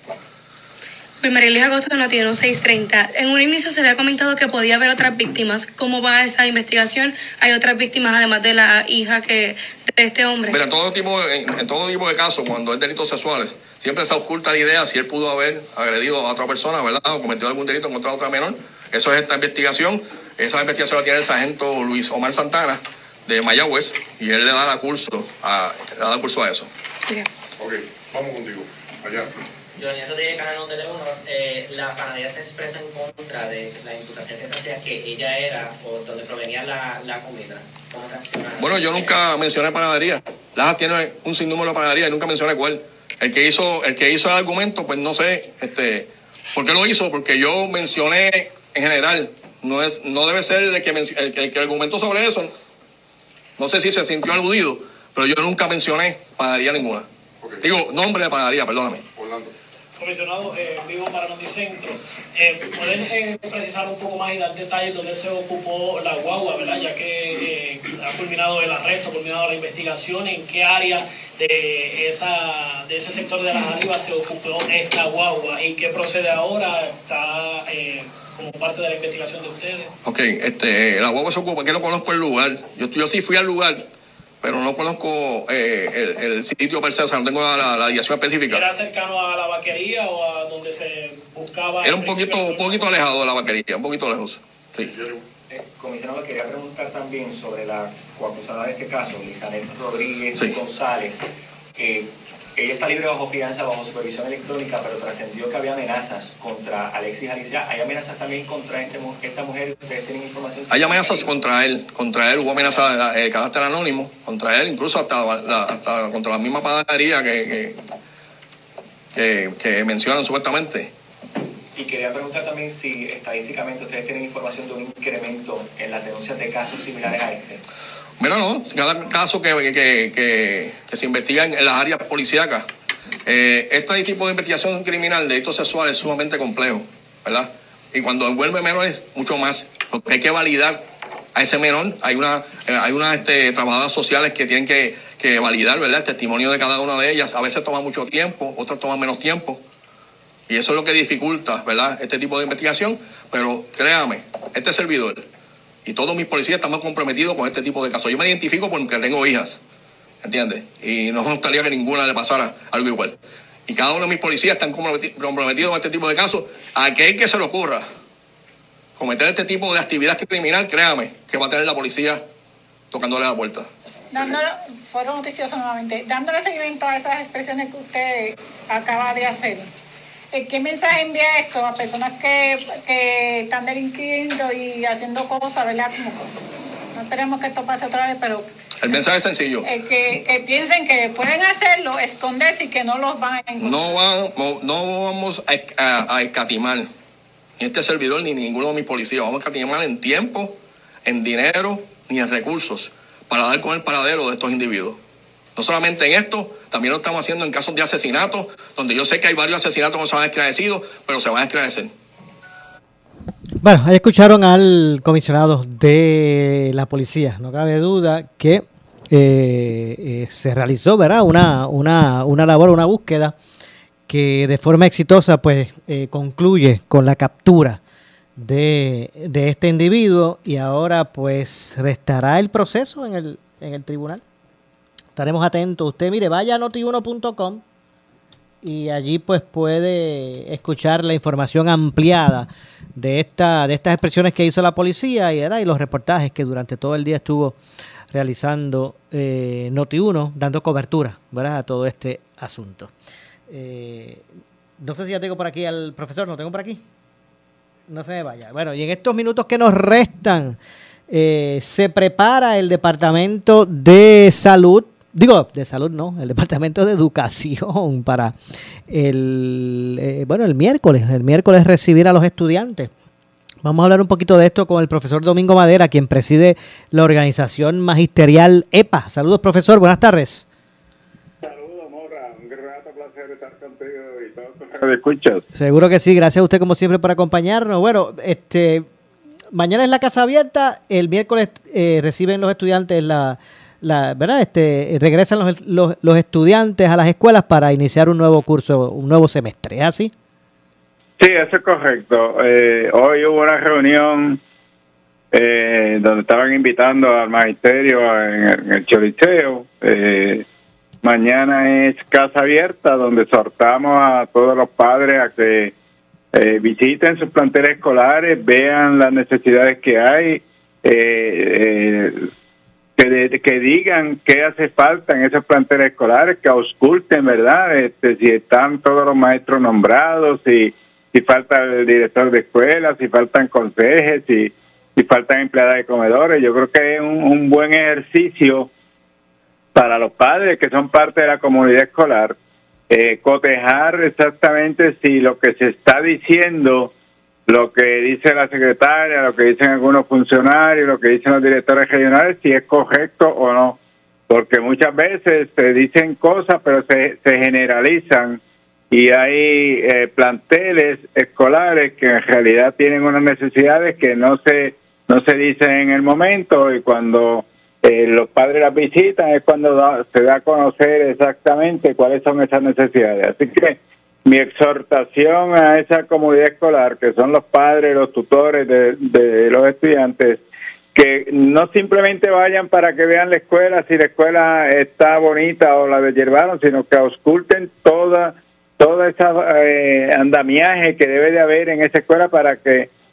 Pues María Elisa Agosto no tiene un 630. En un inicio se había comentado que podía haber otras víctimas. ¿Cómo va esa investigación? ¿Hay otras víctimas además de la hija de este hombre? Mira, en todo tipo de casos, cuando hay delitos sexuales, siempre se oculta la idea si él pudo haber agredido a otra persona, ¿verdad? O cometido algún delito contra otra menor. Eso es esta investigación. Esa investigación la tiene el sargento Luis Omar Santana de Mayagüez y él le da curso a eso. Sí. Ok, vamos contigo. Allá. Yo en eso de Canal de Leonos, la panadería se expresa en contra de la imputación que se hacía que ella era o donde provenía la comida. ¿Cómo reacciona? Bueno, yo nunca mencioné panadería. Lajas tiene un sinnúmero de panadería y nunca mencioné cuál. El que hizo el argumento, pues no sé por qué lo hizo, porque yo mencioné en general. No debe ser el que argumentó sobre eso. No sé si se sintió aludido, pero yo nunca mencioné panadería ninguna. Okay. Digo, nombre de panadería, perdóname. Orlando. Comisionado, vivo para Noticentro. ¿Pueden precisar un poco más y dar detalles dónde se ocupó la guagua, verdad? Ya que ha culminado el arresto, ha culminado la investigación, ¿en qué área de ese sector de Las Arribas se ocupó esta guagua? ¿Y qué procede ahora? ¿Está como parte de la investigación de ustedes? Ok, la guagua se ocupa, que no conozco el lugar. Yo sí fui al lugar, pero no conozco el sitio per se, o sea, no tengo la dirección específica. ¿Era cercano a la vaquería o a donde se buscaba? Era un poquito alejado de la vaquería, un poquito lejos. Sí. Comisionado, quería preguntar también sobre la coacusada de este caso, Lizanet Rodríguez González. Ella está libre bajo fianza, bajo supervisión electrónica, pero trascendió que había amenazas contra Alexis Alicia. ¿Hay amenazas también contra esta mujer? ¿Ustedes tienen información? Hay amenazas contra él. Hubo amenazas de carácter anónimo contra él, incluso hasta contra la misma panadería que mencionan supuestamente. Y quería preguntar también si estadísticamente ustedes tienen información de un incremento en las denuncias de casos similares a este. Mira, no, cada caso que se investiga en las áreas policíacas, este tipo de investigación criminal, de delitos sexuales, es sumamente complejo, ¿verdad? Y cuando envuelve menores, mucho más, porque hay que validar a ese menor. Hay unas trabajadoras sociales que tienen que validar, ¿verdad?, el testimonio de cada una de ellas. A veces toma mucho tiempo, otras toman menos tiempo. Y eso es lo que dificulta, ¿verdad?, este tipo de investigación. Pero créame, este servidor y todos mis policías estamos comprometidos con este tipo de casos. Yo me identifico porque tengo hijas, ¿entiendes? Y no me gustaría que ninguna le pasara algo igual. Y cada uno de mis policías están comprometidos con este tipo de casos. A aquel que se le ocurra cometer este tipo de actividad criminal, créame, que va a tener la policía tocándole la puerta. Fueron noticiosos nuevamente. Dándole seguimiento a esas expresiones que usted acaba de hacer, ¿qué mensaje envía esto a personas que están delinquiendo y haciendo cosas, ¿verdad? Como, no esperemos que esto pase otra vez, pero... El mensaje es sencillo. Que piensen que pueden hacerlo, esconderse y que no los van a encontrar. No vamos a escatimar, ni este servidor ni ninguno de mis policías. Vamos a escatimar en tiempo, en dinero, ni en recursos para dar con el paradero de estos individuos. No solamente en esto, también lo estamos haciendo en casos de asesinatos, donde yo sé que hay varios asesinatos que no se van a esclarecer, pero se van a esclarecer. Bueno, ahí escucharon al comisionado de la policía. No cabe duda que se realizó, ¿verdad?, una labor, una búsqueda que de forma exitosa pues concluye con la captura de este individuo, y ahora pues restará el proceso en el tribunal. Estaremos atentos. Usted, mire, vaya a notiuno.com y allí pues puede escuchar la información ampliada de estas expresiones que hizo la policía y los reportajes que durante todo el día estuvo realizando Noti1, dando cobertura, ¿verdad?, a todo este asunto. No sé si ya tengo por aquí al profesor. ¿No tengo por aquí? No se me vaya. Bueno, y en estos minutos que nos restan, se prepara el Departamento de Salud. Digo, de salud no, el Departamento de Educación para el miércoles recibir a los estudiantes. Vamos a hablar un poquito de esto con el profesor Domingo Madera, quien preside la organización magisterial EPA. Saludos, profesor, buenas tardes. Saludos, Morra, un grato placer estar contigo y todos los que me escuchas. Seguro que sí, gracias a usted como siempre por acompañarnos. Bueno, mañana es la casa abierta, el miércoles reciben los estudiantes ¿verdad? Regresan los estudiantes a las escuelas para iniciar un nuevo curso, un nuevo semestre, ¿es así? Sí, eso es correcto. Hoy hubo una reunión donde estaban invitando al magisterio en el Choliseo. Mañana es casa abierta, donde exhortamos a todos los padres a que visiten sus planteles escolares, vean las necesidades que hay, que digan qué hace falta en esos planteles escolares, que ausculten, ¿verdad? Si están todos los maestros nombrados, si falta el director de escuela, si faltan consejes, si faltan empleadas de comedores. Yo creo que es un buen ejercicio para los padres que son parte de la comunidad escolar, cotejar exactamente si lo que se está diciendo, lo que dice la secretaria, lo que dicen algunos funcionarios, lo que dicen los directores regionales, si es correcto o no. Porque muchas veces se dicen cosas, pero se generalizan, y hay planteles escolares que en realidad tienen unas necesidades que no se dicen en el momento, y cuando los padres las visitan es cuando se da a conocer exactamente cuáles son esas necesidades. Así que mi exhortación a esa comunidad escolar, que son los padres, los tutores de los estudiantes, que no simplemente vayan para que vean la escuela, si la escuela está bonita o la deshiervaron, sino que ausculten toda esa andamiaje que debe de haber en esa escuela para que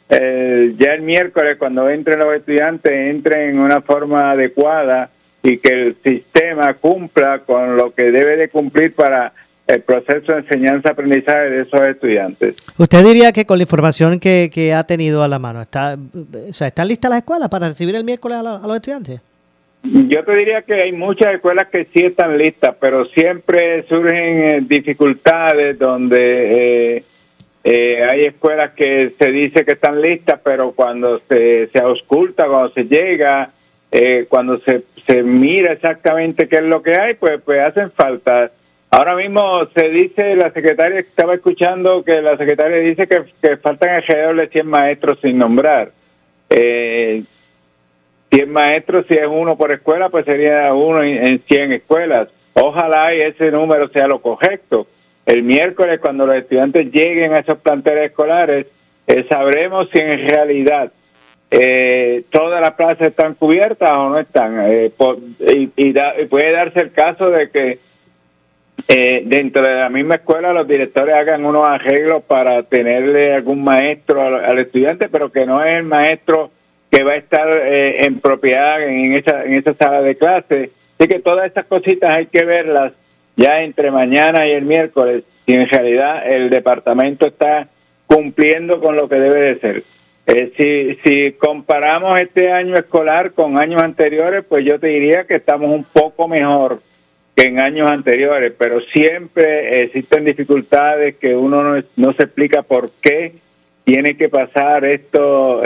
ya el miércoles cuando entren los estudiantes entren en una forma adecuada y que el sistema cumpla con lo que debe de cumplir para el proceso de enseñanza-aprendizaje de esos estudiantes. ¿Usted diría que con la información que ha tenido a la mano, ¿están listas las escuelas para recibir el miércoles a los estudiantes? Yo te diría que hay muchas escuelas que sí están listas, pero siempre surgen dificultades donde hay escuelas que se dice que están listas, pero cuando se ausculta, cuando se llega, cuando se mira exactamente qué es lo que hay, pues hacen falta. Ahora mismo se dice, la secretaria, estaba escuchando que la secretaria dice que faltan alrededor de 100 maestros sin nombrar. 100 maestros, si es uno por escuela, pues sería uno en 100 escuelas. Ojalá y ese número sea lo correcto. El miércoles, cuando los estudiantes lleguen a esos planteles escolares, sabremos si en realidad todas las plazas están cubiertas o no están. Y puede darse el caso de que dentro de la misma escuela los directores hagan unos arreglos para tenerle algún maestro al estudiante, pero que no es el maestro que va a estar en propiedad en esa sala de clase. Así que todas estas cositas hay que verlas ya entre mañana y el miércoles, si en realidad el departamento está cumpliendo con lo que debe de ser. Si comparamos este año escolar con años anteriores, pues yo te diría que estamos un poco mejor que en años anteriores, pero siempre existen dificultades que uno no se explica por qué tiene que pasar esto,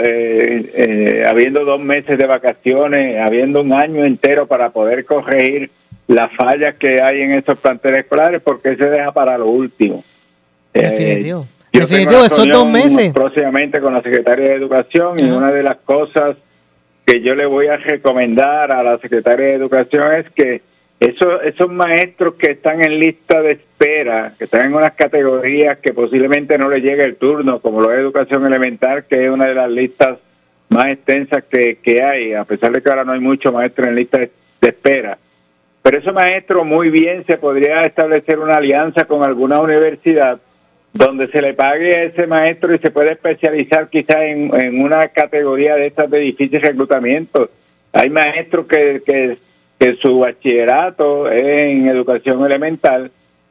habiendo 2 meses de vacaciones, habiendo un año entero para poder corregir las fallas que hay en esos planteles escolares, porque se deja para lo último. Definitivo. Definitivo, estos 2 meses. Próximamente con la Secretaria de Educación, y una de las cosas que yo le voy a recomendar a la Secretaria de Educación es que esos maestros que están en lista de espera, que están en unas categorías que posiblemente no les llegue el turno, como lo es educación elemental, que es una de las listas más extensas que hay, a pesar de que ahora no hay muchos maestros en lista de espera. Pero esos maestros muy bien se podría establecer una alianza con alguna universidad donde se le pague a ese maestro y se puede especializar quizás en una categoría de estas de difícil reclutamiento. Hay maestros que su bachillerato es en educación elemental,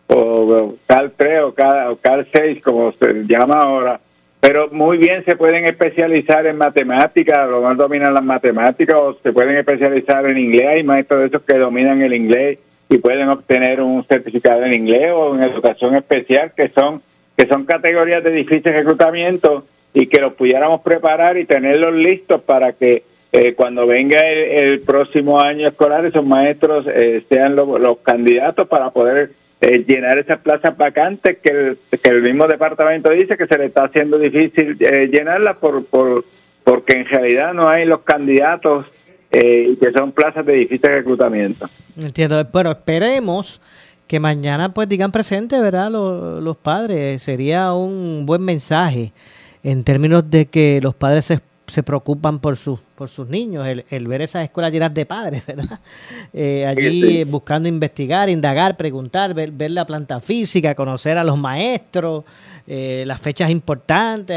o CAL 3 o CAL 6, como se llama ahora, pero muy bien se pueden especializar en matemáticas, a lo mejor dominan las matemáticas, o se pueden especializar en inglés. Hay maestros de esos que dominan el inglés y pueden obtener un certificado en inglés o en educación especial, que son categorías de difícil reclutamiento, y que los pudiéramos preparar y tenerlos listos para que cuando venga el próximo año escolar, esos maestros sean los candidatos para poder llenar esas plazas vacantes que el mismo departamento dice que se le está haciendo difícil llenarlas porque en realidad no hay los candidatos y que son plazas de difícil reclutamiento. Entiendo. Bueno, esperemos que mañana pues digan presente, ¿verdad? Los padres. Sería un buen mensaje en términos de que los padres se preocupan por sus niños, el ver esas escuelas llenas de padres, ¿verdad? Allí sí. Buscando investigar, indagar, preguntar, ver la planta física, conocer a los maestros, las fechas importantes,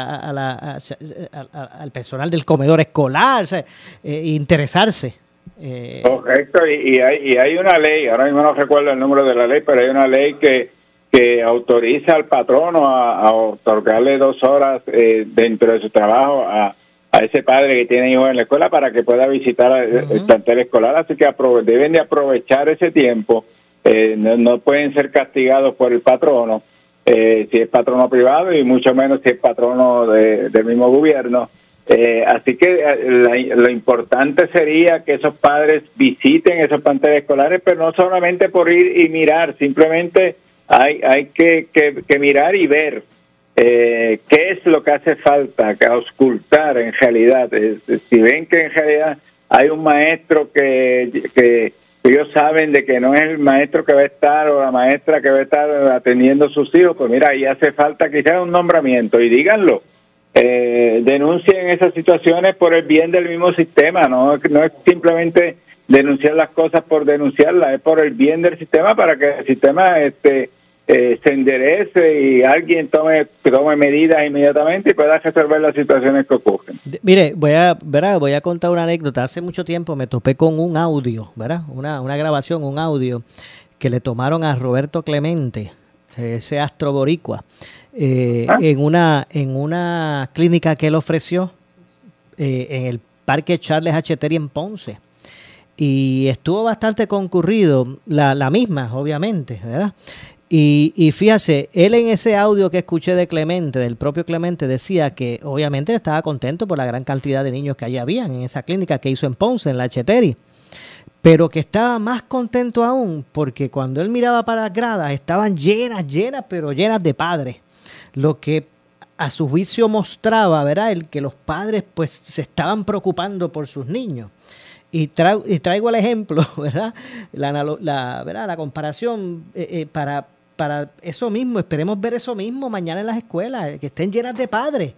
al personal del comedor escolar, o sea, interesarse. Correcto, y hay una ley, ahora mismo no recuerdo el número de la ley, pero hay una ley que autoriza al patrono a otorgarle 2 horas dentro de su trabajo a ese padre que tiene hijos en la escuela para que pueda visitar el plantel escolar, así que deben de aprovechar ese tiempo, no pueden ser castigados por el patrono, si es patrono privado y mucho menos si es patrono del mismo gobierno. Así que lo importante sería que esos padres visiten esos planteles escolares, pero no solamente por ir y mirar, simplemente hay que mirar y ver qué es lo que hace falta, que auscultar en realidad. Si ven que en realidad hay un maestro que ellos saben de que no es el maestro que va a estar o la maestra que va a estar atendiendo a sus hijos, pues mira, ahí hace falta quizás un nombramiento, y díganlo. Denuncien esas situaciones por el bien del mismo sistema, no es simplemente denunciar las cosas por denunciarlas, es por el bien del sistema, para que el sistema se enderece y alguien tome medidas inmediatamente y pueda resolver las situaciones que ocurren. Mire, voy a contar una anécdota. Hace mucho tiempo me topé con un audio, ¿verdad? Una grabación, un audio que le tomaron a Roberto Clemente, ese astro boricua, en una clínica que él ofreció en el Parque Charles H. Terry en Ponce. Y estuvo bastante concurrido, la misma, obviamente, ¿verdad? Y fíjese, él en ese audio que escuché de Clemente, del propio Clemente, decía que obviamente estaba contento por la gran cantidad de niños que allí habían en esa clínica que hizo en Ponce, en la Cheteri, pero que estaba más contento aún porque cuando él miraba para las gradas estaban llenas, pero llenas de padres, lo que a su juicio mostraba, ¿verdad?, el que los padres pues se estaban preocupando por sus niños. Y traigo el ejemplo, ¿verdad? La comparación para eso mismo. Esperemos ver eso mismo mañana en las escuelas, que estén llenas de padres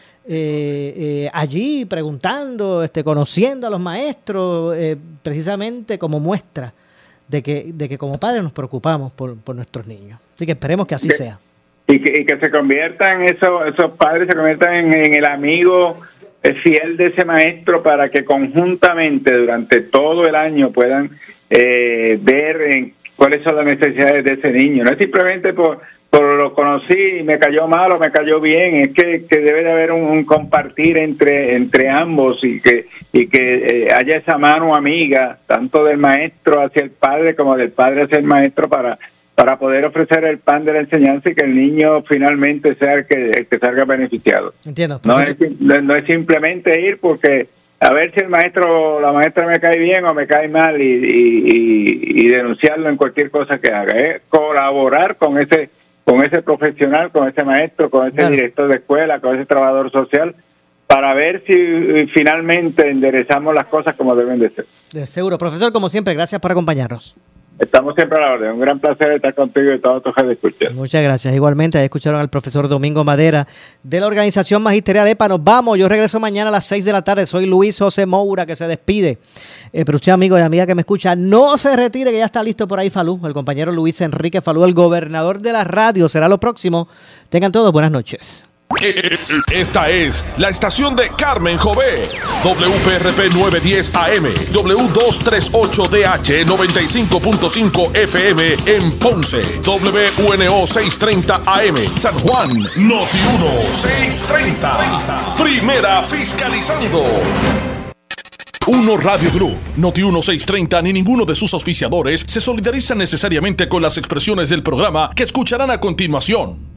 allí preguntando, conociendo a los maestros, precisamente como muestra de que como padres nos preocupamos por nuestros niños. Así que esperemos que así sea. Y que se conviertan esos padres, se conviertan en el amigo fiel de ese maestro para que conjuntamente durante todo el año puedan ver cuáles son las necesidades de ese niño. No es simplemente por lo conocí y me cayó mal o me cayó bien, es que debe de haber un compartir entre ambos y que haya esa mano amiga, tanto del maestro hacia el padre como del padre hacia el maestro para poder ofrecer el pan de la enseñanza y que el niño finalmente sea el que salga beneficiado. Entiendo. No es simplemente ir porque a ver si el maestro o la maestra me cae bien o me cae mal y denunciarlo en cualquier cosa que haga. Es colaborar con ese profesional, con ese maestro, con ese director de escuela, con ese trabajador social, para ver si finalmente enderezamos las cosas como deben de ser. De seguro. Profesor, como siempre, gracias por acompañarnos. Estamos siempre a la orden. Un gran placer estar contigo y todos tus de escuchar. Muchas gracias. Igualmente, ahí escucharon al profesor Domingo Madera de la Organización Magisterial EPA. Nos vamos. Yo regreso mañana a las 6 de la tarde. Soy Luis José Moura, que se despide. Pero usted, amigo y amiga que me escucha, no se retire, que ya está listo por ahí Falú. El compañero Luis Enrique Falú, el gobernador de la radio, será lo próximo. Tengan todos buenas noches. Esta es la estación de Carmen Jové, WPRP 910 AM, W238DH 95.5 FM en Ponce, WNO 630 AM, San Juan, Noti 1 630, primera fiscalizando. Uno Radio Group, Noti 1 630 ni ninguno de sus auspiciadores se solidarizan necesariamente con las expresiones del programa que escucharán a continuación.